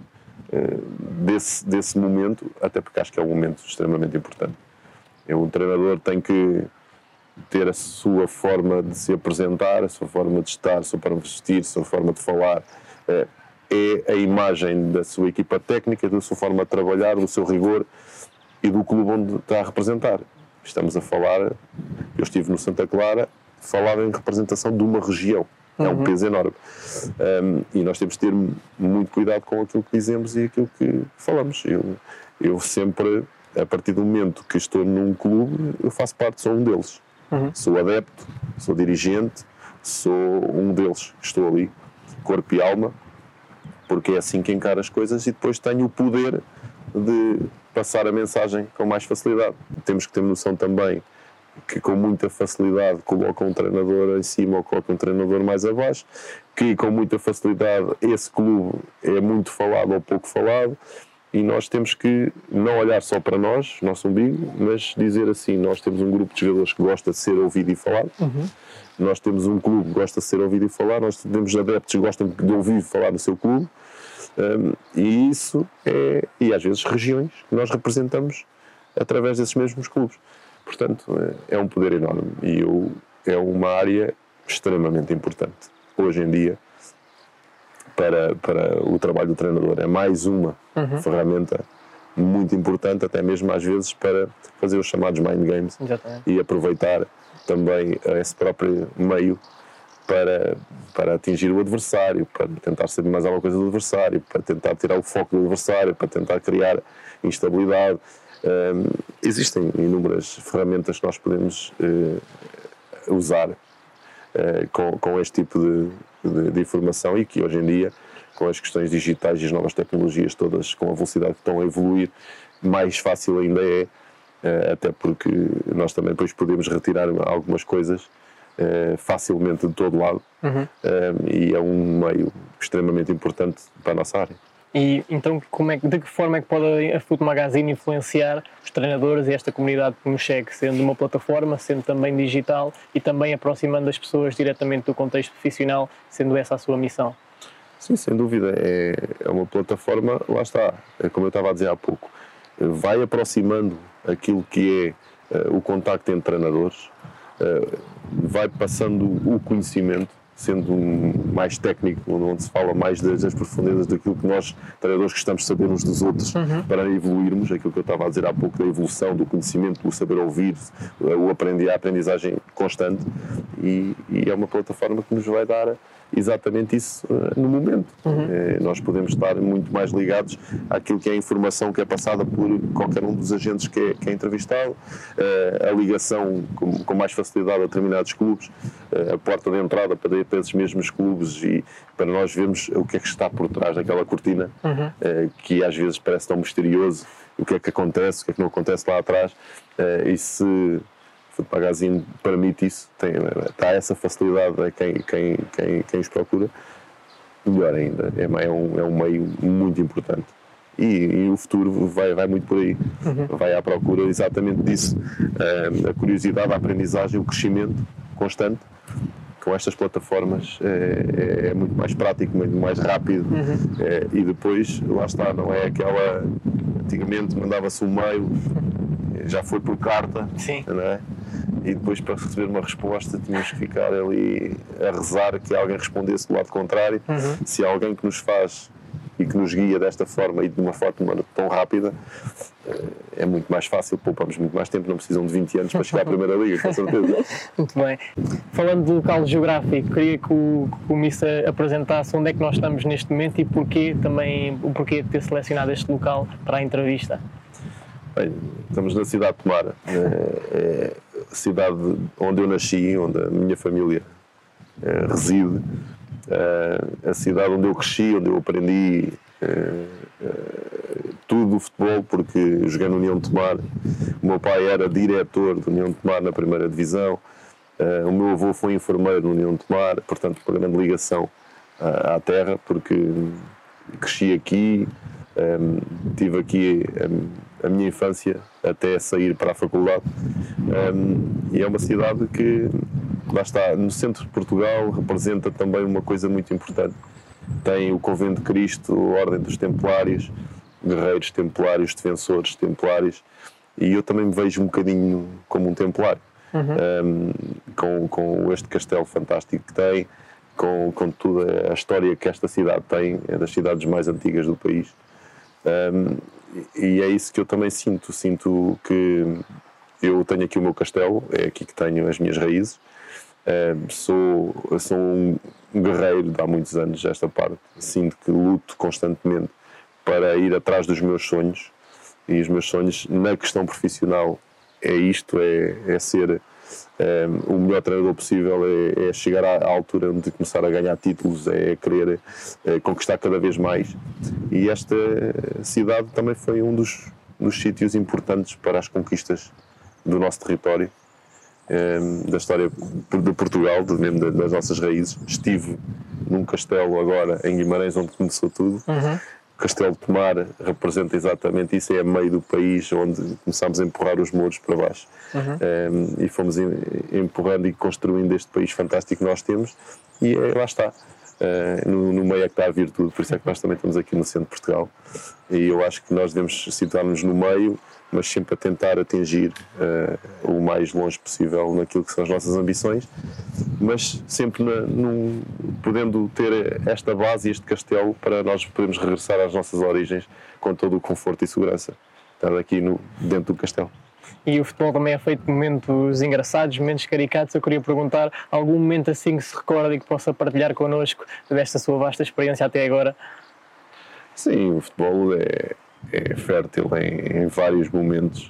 Desse, desse momento, até porque acho que é um momento extremamente importante. Eu, um treinador tem que ter a sua forma de se apresentar, a sua forma de estar, a sua forma de vestir, a sua forma de falar. É, é a imagem da sua equipa técnica, da sua forma de trabalhar, do seu rigor e do clube onde está a representar. Estamos a falar, eu estive no Santa Clara, falava em representação de uma região. É um peso enorme. Um, e nós temos de ter muito cuidado com aquilo que dizemos e aquilo que falamos. Eu, eu sempre, a partir do momento que estou num clube, eu faço parte, sou um deles. Uhum. Sou adepto, sou dirigente, sou um deles. Estou ali, corpo e alma, porque é assim que encaro as coisas e depois tenho o poder de passar a mensagem com mais facilidade. Temos que ter noção também que com muita facilidade colocam um treinador em cima ou colocam um treinador mais abaixo, que com muita facilidade esse clube é muito falado ou pouco falado, e nós temos que não olhar só para nós, nosso umbigo, mas dizer assim, nós temos um grupo de jogadores que gosta de ser ouvido e falado, uhum. nós temos um clube que gosta de ser ouvido e falar, nós temos adeptos que gostam de ouvir falar no seu clube, um, e isso é, e às vezes regiões que nós representamos através desses mesmos clubes. Portanto, é um poder enorme e eu, é uma área extremamente importante hoje em dia para, para o trabalho do treinador. É mais uma uhum. ferramenta muito importante, até mesmo às vezes para fazer os chamados mind games. Exatamente. E aproveitar também esse próprio meio para, para atingir o adversário, para tentar saber mais alguma coisa do adversário, para tentar tirar o foco do adversário, para tentar criar instabilidade. Um, existem inúmeras ferramentas que nós podemos uh, usar uh, com, com este tipo de, de, de informação e que hoje em dia, com as questões digitais e as novas tecnologias todas com a velocidade que estão a evoluir, mais fácil ainda é, uh, até porque nós também depois podemos retirar algumas coisas uh, facilmente de todo lado uhum. uh, e é um meio extremamente importante para a nossa área. E então, como é, de que forma é que pode a Foot Magazine influenciar os treinadores e esta comunidade que nos segue, sendo uma plataforma, sendo também digital e também aproximando as pessoas diretamente do contexto profissional, sendo essa a sua missão? Sim, sem dúvida. É, é uma plataforma, lá está, é como eu estava a dizer há pouco, vai aproximando aquilo que é uh, o contacto entre treinadores, uh, vai passando o conhecimento, sendo um mais técnico, onde se fala mais das, das profundezas daquilo que nós, treinadores, gostamos de saber uns dos outros, uhum. para evoluirmos, aquilo que eu estava a dizer há pouco, da evolução, do conhecimento, do saber ouvir, o aprender, a aprendizagem constante, e, e é uma plataforma que nos vai dar exatamente isso uh, no momento. Uhum. É, nós podemos estar muito mais ligados àquilo que é a informação que é passada por qualquer um dos agentes que é, que é entrevistado, uh, a ligação com, com mais facilidade a determinados clubes, uh, a porta de entrada para, para esses mesmos clubes, e para nós vermos o que é que está por trás daquela cortina, uhum. uh, que às vezes parece tão misterioso, o que é que acontece, o que é que não acontece lá atrás, uh, e se o Foot Magazine permite isso, tem, está essa facilidade a quem, quem, quem, quem os procura, melhor ainda, é, é, um, é um meio muito importante. E, e o futuro vai, vai muito por aí, uhum. vai à procura exatamente disso, a, a curiosidade, a aprendizagem, o crescimento constante. Com estas plataformas é, é, é muito mais prático, muito mais rápido, uhum. é, e depois, lá está, não é aquela, antigamente mandava-se um mail, já foi por carta, sim. Não é? E depois, para receber uma resposta, tínhamos que ficar ali a rezar que alguém respondesse do lado contrário. Uhum. Se há alguém que nos faz e que nos guia desta forma e de uma forma tão rápida, é muito mais fácil, poupamos muito mais tempo, não precisam de vinte anos para chegar à Primeira Liga, com certeza. Muito bem. Falando do local geográfico, queria que o, que o Missa apresentasse onde é que nós estamos neste momento e porquê, também, o porquê de ter selecionado este local para a entrevista. Bem, estamos na cidade de Tomar, é a cidade onde eu nasci, onde a minha família é, reside, é a cidade onde eu cresci, onde eu aprendi é, é, tudo do futebol, porque joguei no União de Tomar. O meu pai era diretor do União de Tomar na primeira divisão, é, o meu avô foi enfermeiro no União de Tomar, portanto, uma grande ligação à, à terra, porque cresci aqui, é, tive aqui a, a minha infância até sair para a faculdade, um, e é uma cidade que, lá está, no centro de Portugal, representa também uma coisa muito importante. Tem o Convento de Cristo, a Ordem dos Templários, guerreiros templários, defensores templários, e eu também me vejo um bocadinho como um templário, uhum. um, com, com este castelo fantástico que tem, com, com toda a história que esta cidade tem, é das cidades mais antigas do país. Um, e é isso que eu também sinto, sinto que eu tenho aqui o meu castelo, é aqui que tenho as minhas raízes, um, sou, sou um guerreiro de há muitos anos esta parte, sinto que luto constantemente para ir atrás dos meus sonhos, e os meus sonhos na questão profissional é isto, é, é ser um, o melhor treinador possível, é, é chegar à, à altura de começar a ganhar títulos, é querer é, conquistar cada vez mais, e esta cidade também foi um dos, dos sítios importantes para as conquistas do nosso território, um, da história de Portugal, de, mesmo das nossas raízes. Estive num castelo agora em Guimarães, onde começou tudo. Uhum. O Castelo de Tomar representa exatamente isso, é a meio do país onde começámos a empurrar os muros para baixo, uhum. um, e fomos empurrando e construindo este país fantástico que nós temos, e é, lá está, uh, no, no meio é que está a virtude, por isso é que nós também estamos aqui no centro de Portugal, e eu acho que nós devemos situar-nos no meio, mas sempre a tentar atingir uh, o mais longe possível naquilo que são as nossas ambições, mas sempre na, num, podendo ter esta base e este castelo para nós podermos regressar às nossas origens com todo o conforto e segurança, estar aqui no, dentro do castelo. E o futebol também é feito de momentos engraçados, momentos caricatos. Eu queria perguntar, algum momento assim que se recorda e que possa partilhar connosco desta sua vasta experiência até agora? Sim, o futebol é, é fértil em, em vários momentos,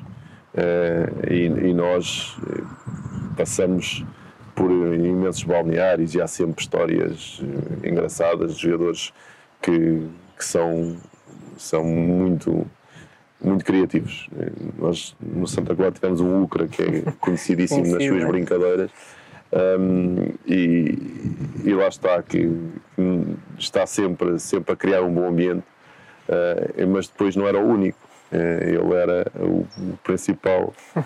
uh, e, e nós passamos por imensos balneários e há sempre histórias engraçadas de jogadores que, que são, são muito, muito criativos. Nós no Santa Clara tivemos um Ucra que é conhecidíssimo Sim, nas suas é. brincadeiras, um, e, e lá está, que está sempre, sempre a criar um bom ambiente, uh, mas depois não era o único. Ele era o principal uh,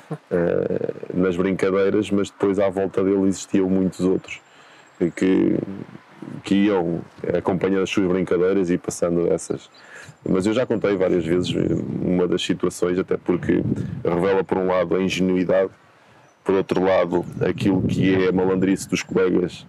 nas brincadeiras, mas depois à volta dele existiam muitos outros que, que iam acompanhando as suas brincadeiras e passando essas. Mas eu já contei várias vezes uma das situações, até porque revela por um lado a ingenuidade por outro lado, aquilo que é a malandrice dos colegas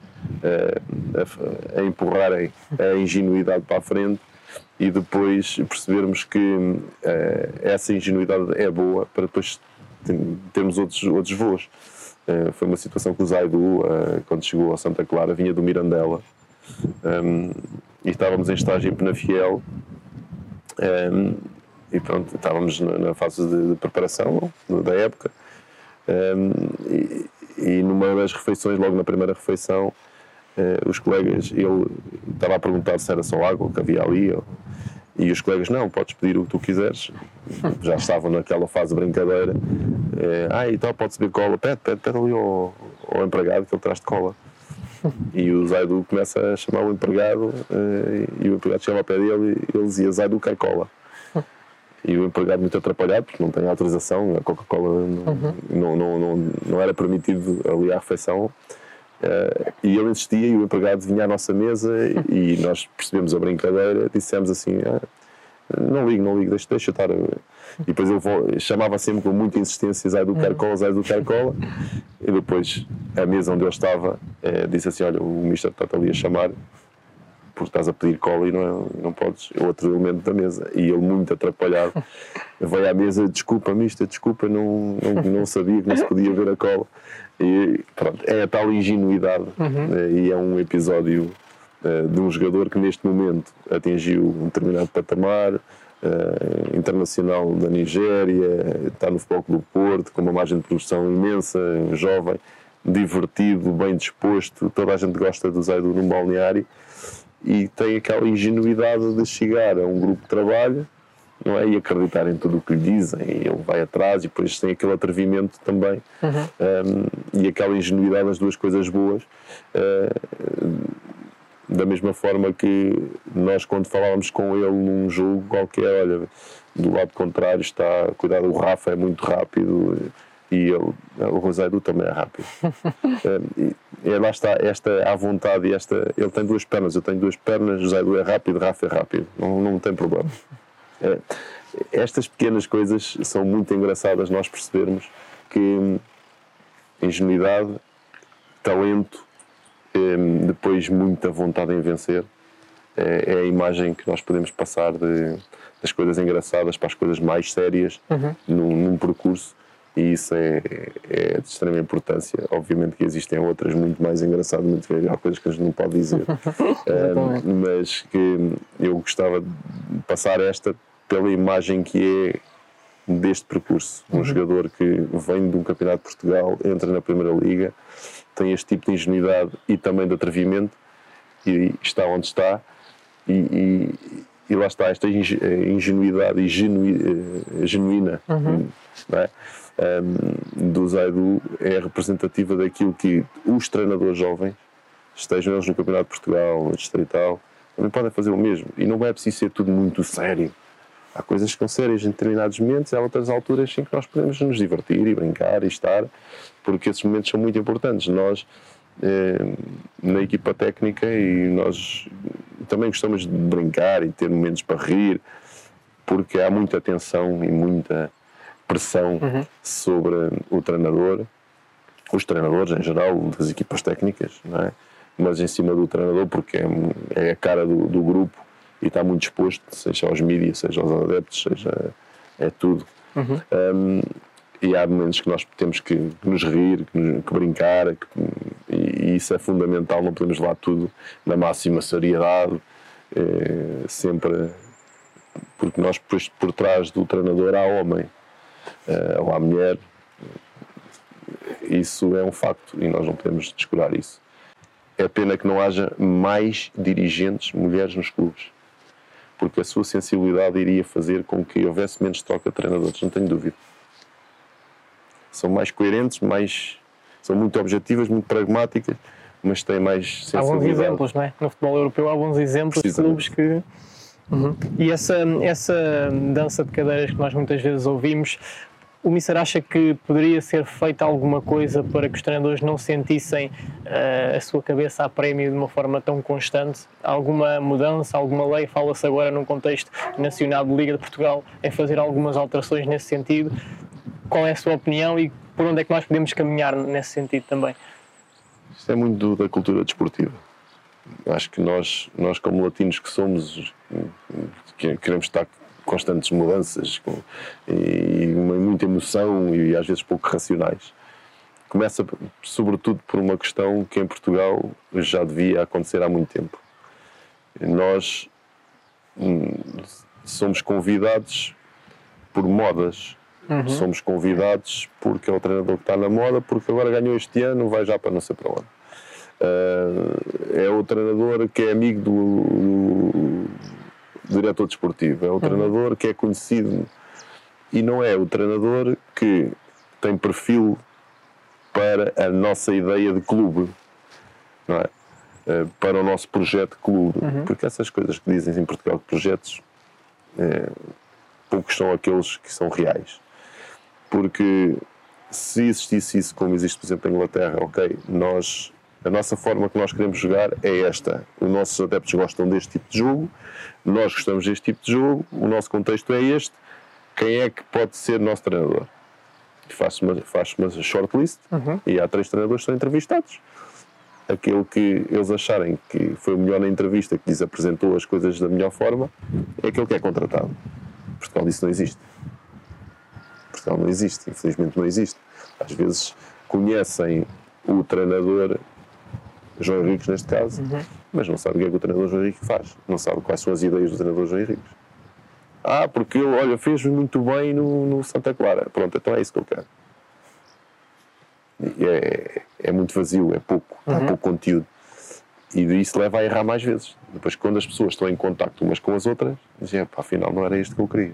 a, a empurrarem a ingenuidade para a frente, e depois percebermos que uh, essa ingenuidade é boa para depois termos outros, outros voos. Uh, foi uma situação que o Zaidu, uh, quando chegou a Santa Clara, vinha do Mirandela, um, e estávamos em estágio em Penafiel, um, e pronto, estávamos na, na fase de, de preparação da época, um, e, e numa das refeições, logo na primeira refeição, uh, os colegas, ele estava a perguntar se era só água que havia ali, ou, e os colegas, não, podes pedir o que tu quiseres. Já estavam naquela fase de brincadeira. É, ah, então pode-se beber cola. Pede, pede, pede ali ao, ao empregado que ele traz de cola. E o Zaidu começa a chamar o empregado, e o empregado chama ao pé dele e ele dizia, Zaidu, quer cola. E o empregado, muito atrapalhado, porque não tem autorização, a Coca-Cola não, uhum. não, não, não, não era permitido ali à refeição. Uh, e ele insistia e o empregado vinha à nossa mesa e, e nós percebemos a brincadeira, dissemos assim, ah, não ligo, não ligo, deixa, deixa estar. E depois ele chamava sempre com muita insistência, Zaidu quer cola, Zaidu quer cola, e depois a mesa onde ele estava eh, disse assim, olha, o mister está-te ali a chamar porque estás a pedir cola e não, não podes, é outro elemento da mesa. E ele, muito atrapalhado, veio à mesa, desculpa mister, desculpa, não, não, não sabia que não se podia ver a cola. E pronto, é a tal ingenuidade, uhum. E é um episódio uh, de um jogador que neste momento atingiu um determinado patamar, uh, internacional da Nigéria, está no Futebol Clube do Porto, com uma margem de produção imensa, jovem, divertido, bem disposto, toda a gente gosta do Zaidu num balneário, e tem aquela ingenuidade de chegar a um grupo de trabalho, não é? E acreditar em tudo o que lhe dizem, e ele vai atrás, e depois tem aquele atrevimento também, uhum. um, e aquela ingenuidade, as duas coisas boas, uh, da mesma forma que nós, quando falávamos com ele num jogo qualquer, olha, do lado contrário está, cuidado, o Rafa é muito rápido, e ele, o Zaidu também é rápido. um, e, e lá está, esta à vontade, e esta, ele tem duas pernas, eu tenho duas pernas, o Zaidu é rápido, o Rafa é rápido, não, não tem problema. É, estas pequenas coisas são muito engraçadas, nós percebermos que ingenuidade, talento, é, depois muita vontade em vencer, é, é a imagem que nós podemos passar de, das coisas engraçadas para as coisas mais sérias, uhum. num, num percurso. E isso é, é de extrema importância. Obviamente que existem outras muito mais engraçadas, muito há coisas que a gente não pode dizer. um, mas que eu gostava de passar esta pela imagem que é deste percurso. Um uhum. jogador que vem de um campeonato de Portugal, entra na Primeira Liga, tem este tipo de ingenuidade e também de atrevimento, e está onde está, e, e, e lá está esta ingenuidade e genui, genuína, uhum. não é? Um, do Zaidu é representativa daquilo que os treinadores jovens, estejam eles no Campeonato de Portugal, no Distrital, também podem fazer o mesmo. E não é preciso ser tudo muito sério. Há coisas que são sérias em determinados momentos, há outras alturas em que nós podemos nos divertir e brincar e estar, porque esses momentos são muito importantes. Nós, eh, na equipa técnica, e nós também gostamos de brincar e ter momentos para rir, porque há muita tensão e muita pressão uhum. sobre o treinador, os treinadores em geral, das equipas técnicas, não é? Mas em cima do treinador, porque é, é a cara do, do grupo e está muito exposto, seja aos mídias, seja aos adeptos, seja é tudo. Uhum. Um, e há momentos que nós temos que nos rir, que, nos, que brincar, que, e, e isso é fundamental, não podemos levar tudo na máxima seriedade, é, sempre, porque nós, depois, por trás do treinador há homem. Uh, ou à mulher, isso é um facto e nós não podemos descurar isso. É pena que não haja mais dirigentes mulheres nos clubes, porque a sua sensibilidade iria fazer com que houvesse menos troca de treinadores, não tenho dúvida. São mais coerentes, mais, são muito objetivas, muito pragmáticas, mas têm mais sensibilidade. Há bons exemplos, não é? No futebol europeu há bons exemplos de clubes que... Uhum. E essa, essa dança de cadeiras que nós muitas vezes ouvimos, o Mister acha que poderia ser feita alguma coisa para que os treinadores não sentissem uh, a sua cabeça a prémio de uma forma tão constante? Alguma mudança, alguma lei? Fala-se agora num contexto nacional de Liga de Portugal em fazer algumas alterações nesse sentido. Qual é a sua opinião e por onde é que nós podemos caminhar nesse sentido também? Isto é muito do, da cultura desportiva. Acho que nós, nós como latinos que somos, que queremos estar com constantes mudanças com, e uma, muita emoção e às vezes pouco racionais. Começa sobretudo por uma questão que em Portugal já devia acontecer há muito tempo. Nós hum, somos convidados por modas. Uhum. Somos convidados porque é o treinador que está na moda, porque agora ganhou este ano, vai já para não sei para onde. Uh, é o treinador que é amigo do, do, do diretor desportivo, é o uhum. treinador que é conhecido e não é o treinador que tem perfil para a nossa ideia de clube, não é? Uh, para o nosso projeto de clube, uhum. porque essas coisas que dizem em Portugal de projetos, é, poucos são aqueles que são reais. Porque se existisse isso como existe, por exemplo, em Inglaterra, ok, nós, a nossa forma que nós queremos jogar é esta. Os nossos adeptos gostam deste tipo de jogo, nós gostamos deste tipo de jogo, o nosso contexto é este, quem é que pode ser nosso treinador? Faz-se uma, faz uma shortlist uhum. e há três treinadores que são entrevistados. Aquele que eles acharem que foi o melhor na entrevista, que lhes apresentou as coisas da melhor forma, é aquele que é contratado. Portugal disso não existe. Portugal não existe, infelizmente não existe. Às vezes conhecem o treinador João Henriques, neste caso, uhum. mas não sabem o que é que o treinador João Henriques faz. Não sabem quais são as ideias do treinador João Henriques. Ah, porque ele, olha, fez muito bem no, no Santa Clara. Pronto, então é isso que eu quero. E é, é muito vazio, é pouco, uhum. há pouco conteúdo. E isso leva a errar mais vezes. Depois, quando as pessoas estão em contacto umas com as outras, dizem, pá, afinal não era isto que eu queria.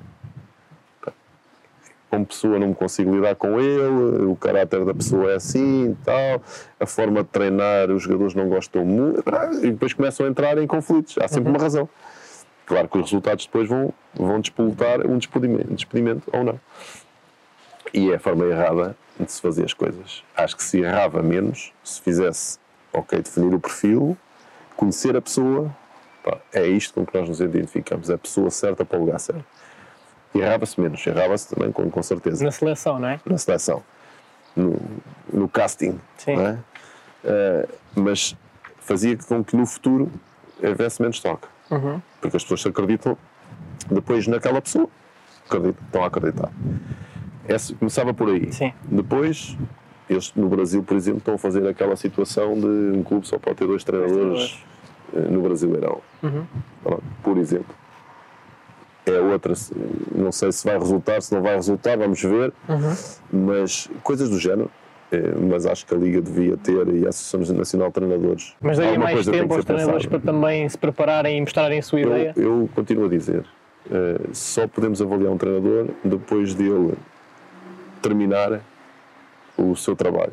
Como pessoa não me consigo lidar com ele, o caráter da pessoa é assim e tal, a forma de treinar, os jogadores não gostam muito, e depois começam a entrar em conflitos. Há sempre uhum. uma razão. Claro que os resultados depois vão, vão despolutar um despedimento, um despedimento ou não. E é a forma errada de se fazer as coisas. Acho que se errava menos, se fizesse, ok, definir o perfil, conhecer a pessoa, pá, é isto com que nós nos identificamos, é a pessoa certa para o lugar certo. Errava-se menos, errava-se também com, com certeza. Na seleção, não é? Na seleção. No, no casting. Sim. Não é? Uh, mas fazia com que no futuro houvesse menos toque. Uhum. Porque as pessoas se acreditam depois naquela pessoa. Acreditam, estão a acreditar. Essa, começava por aí. Sim. Depois, eles no Brasil, por exemplo, estão a fazer aquela situação de um clube só pode ter dois treinadores uh, no Brasileirão. Uhum. Por exemplo. É outra, não sei se vai resultar, se não vai resultar, vamos ver, uhum. mas coisas do género. É, mas acho que a Liga devia ter e a Associação Nacional de Treinadores. Mas daí mais tempo aos treinadores para também se prepararem e mostrarem a sua eu, ideia? Eu continuo a dizer, uh, só podemos avaliar um treinador depois dele terminar o seu trabalho.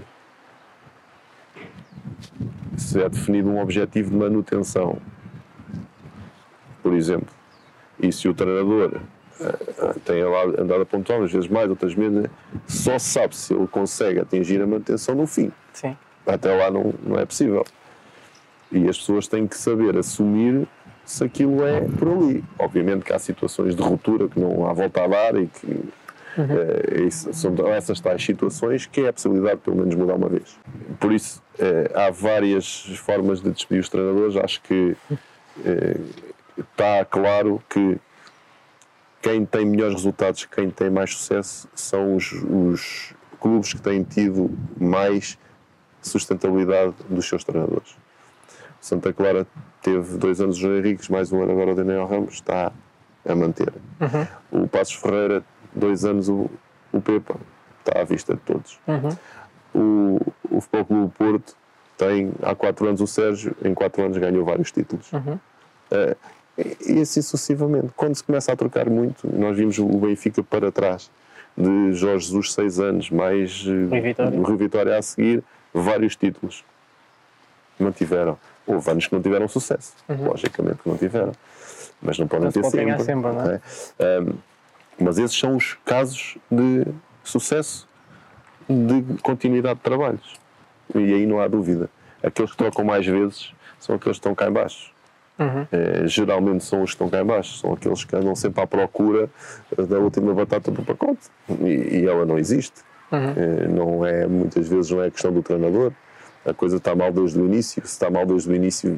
Se é definido um objetivo de manutenção, por exemplo, e se o treinador uh, tem andado a pontuar, às vezes mais, outras menos, só se sabe se ele consegue atingir a manutenção no fim. Sim. Até lá não, não é possível. E as pessoas têm que saber assumir se aquilo é por ali. Obviamente que há situações de ruptura que não há volta a dar e que uhum. uh, isso, são essas tais situações que é a possibilidade de pelo menos mudar uma vez. Por isso, uh, há várias formas de despedir os treinadores. Acho que uh, está claro que quem tem melhores resultados, quem tem mais sucesso, são os, os clubes que têm tido mais sustentabilidade dos seus treinadores. Santa Clara teve dois anos o João Henriques, mais um ano agora o Daniel Ramos, está a manter. Uhum. O Passos Ferreira, dois anos o, o Pepa, está à vista de todos. Uhum. O, o Futebol Clube Porto tem há quatro anos o Sérgio, em quatro anos ganhou vários títulos. Uhum. Uh, e assim sucessivamente. Quando se começa a trocar muito, nós vimos o Benfica para trás, de Jorge Jesus, seis anos, mais o Rio Vitória a seguir, vários títulos. Mantiveram. Houve anos que não tiveram sucesso, uhum. logicamente que não tiveram, mas não podem então, ter sempre. sempre não é? É? Um, mas esses são os casos de sucesso, de continuidade de trabalhos. E aí não há dúvida. Aqueles que trocam mais vezes são aqueles que estão cá em baixo. Uhum. É, geralmente são os que estão cá em baixo, são aqueles que andam sempre à procura da última batata do pacote e, e ela não existe. Uhum. Não é, muitas vezes não é questão do treinador, a coisa está mal desde o início, se está mal desde o início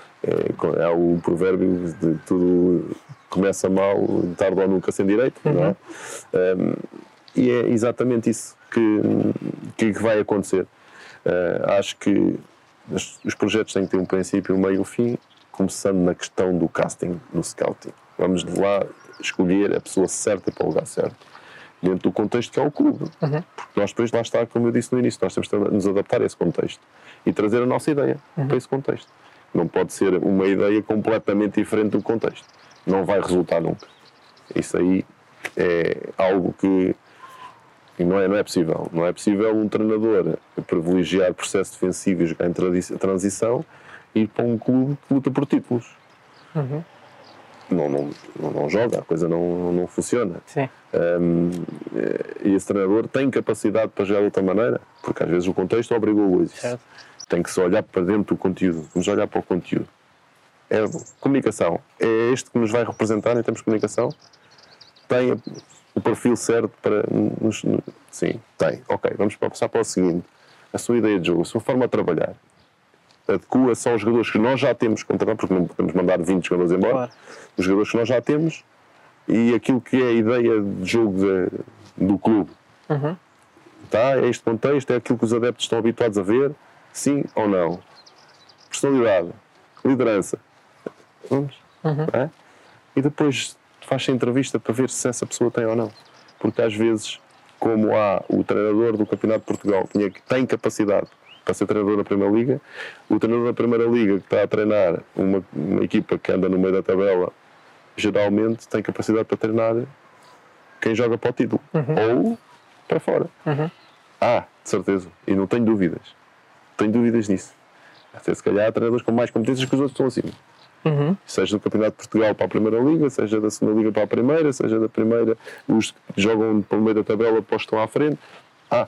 é, é o provérbio de tudo começa mal, tarde ou nunca sem direito, uhum. não é? Um, e é exatamente isso que, que vai acontecer. Uh, acho que os projetos têm que ter um princípio, um meio e um fim, começando na questão do casting, no scouting. Vamos lá escolher a pessoa certa para o lugar certo, dentro do contexto que é o clube. Uhum. Porque nós depois, lá está, como eu disse no início, nós temos que nos adaptar a esse contexto e trazer a nossa ideia uhum. para esse contexto. Não pode ser uma ideia completamente diferente do contexto. Não vai resultar nunca. Isso aí é algo que não é, não é possível. Não é possível um treinador privilegiar processo defensivo e jogar em transição e ir para um clube que luta por títulos. Uhum. Não, não, não, não joga, a coisa não, não funciona. Sim. Um, e esse treinador tem capacidade para jogar de outra maneira, porque às vezes o contexto obrigou a isso. Certo. Tem que se olhar para dentro do conteúdo. Vamos olhar para o conteúdo. É comunicação. É este que nos vai representar em termos de comunicação? Tem o perfil certo para... Nos, sim, tem. Ok, vamos passar para o seguinte. A sua ideia de jogo, a sua forma de trabalhar, adequa-se aos jogadores que nós já temos, porque não podemos mandar vinte jogadores embora, claro. Os jogadores que nós já temos e aquilo que é a ideia de jogo de, do clube. Uhum. Tá? É este contexto, é aquilo que os adeptos estão habituados a ver, sim ou não. Personalidade, liderança. Vamos? Uhum. É? E depois faz-se a entrevista para ver se essa pessoa tem ou não. Porque às vezes, como há o treinador do Campeonato de Portugal que tem capacidade para ser treinador na Primeira Liga, o treinador da Primeira Liga que está a treinar uma, uma equipa que anda no meio da tabela, geralmente tem capacidade para treinar quem joga para o título. Uhum. Ou para fora. Uhum. Ah, de certeza. E não tenho dúvidas. Tenho dúvidas nisso. Até se calhar há treinadores com mais competências que os outros estão acima. Uhum. Seja do Campeonato de Portugal para a Primeira Liga, seja da Segunda Liga para a Primeira, seja da Primeira, os que jogam pelo meio da tabela depois estão à frente. Ah,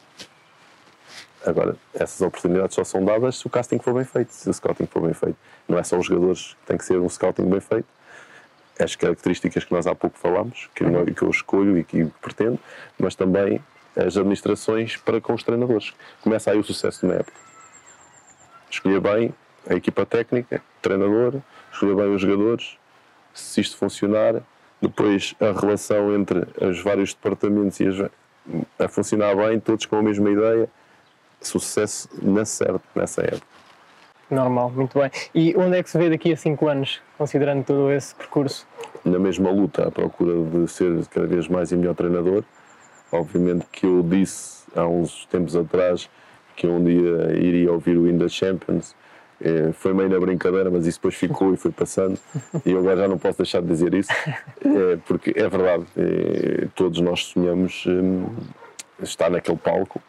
agora, essas oportunidades só são dadas se o casting for bem feito, se o scouting for bem feito. Não é só os jogadores, tem que ser um scouting bem feito. As características que nós há pouco falámos, que, eu, que eu escolho e que pretendo, mas também as administrações para com os treinadores. Começa aí o sucesso de uma época. Escolher bem a equipa técnica, o treinador, escolher bem os jogadores, se isto funcionar, depois a relação entre os vários departamentos e as, a funcionar bem, todos com a mesma ideia, sucesso na certo, nessa época. Normal, muito bem. E onde é que se vê daqui a cinco anos, considerando todo esse percurso? Na mesma luta, à procura de ser cada vez mais e melhor treinador. Obviamente que eu disse há uns tempos atrás que um dia iria ouvir o In The Champions. É, foi meio na brincadeira, mas isso depois ficou e foi passando. E eu agora já não posso deixar de dizer isso, é, porque é verdade, é, todos nós sonhamos é, estar naquele palco.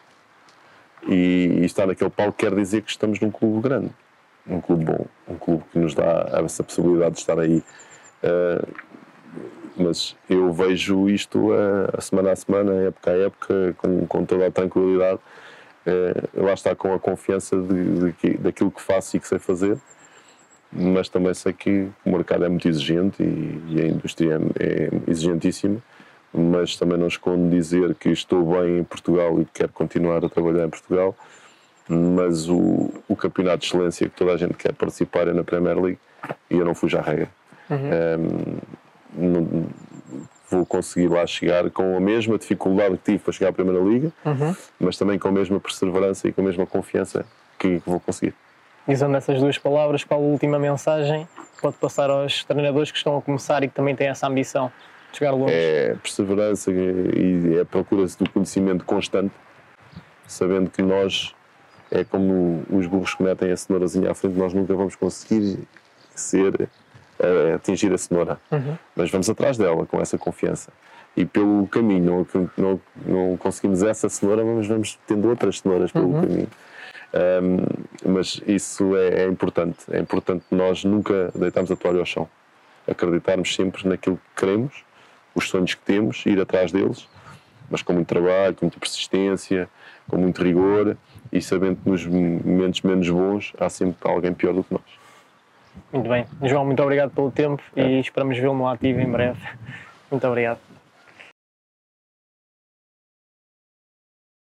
E, e estar naquele palco quer dizer que estamos num clube grande. Um clube bom, um clube que nos dá essa possibilidade de estar aí. Uh, mas eu vejo isto a, a semana a semana, época a época, com, com toda a tranquilidade. Uh, lá está, com a confiança de, de, daquilo que faço e que sei fazer, mas também sei que o mercado é muito exigente e, e a indústria é, é exigentíssima, mas também não escondo dizer que estou bem em Portugal e quero continuar a trabalhar em Portugal. Mas o, o campeonato de excelência que toda a gente quer participar é na Premier League e eu não fujo à regra. Uhum. Um, não, vou conseguir lá chegar com a mesma dificuldade que tive para chegar à Primeira Liga, uhum. mas também com a mesma perseverança e com a mesma confiança que, que vou conseguir. E usando essas duas palavras, qual a última mensagem pode passar aos treinadores que estão a começar e que também têm essa ambição de chegar longe? É perseverança e é a procura do conhecimento constante, sabendo que nós... É como os burros que metem a cenourazinha à frente, nós nunca vamos conseguir ser, uh, atingir a cenoura. Uhum. Mas vamos atrás dela com essa confiança. E pelo caminho, não, não, não conseguimos essa cenoura, mas vamos tendo outras cenouras pelo uhum. caminho. Um, mas isso é, é importante. É importante nós nunca deitarmos a toalha ao chão. Acreditarmos sempre naquilo que queremos, os sonhos que temos, ir atrás deles, mas com muito trabalho, com muita persistência, com muito rigor. E sabendo que nos momentos menos bons há sempre alguém pior do que nós. Muito bem. João, muito obrigado pelo tempo é. E esperamos vê-lo no ativo em breve. Muito obrigado.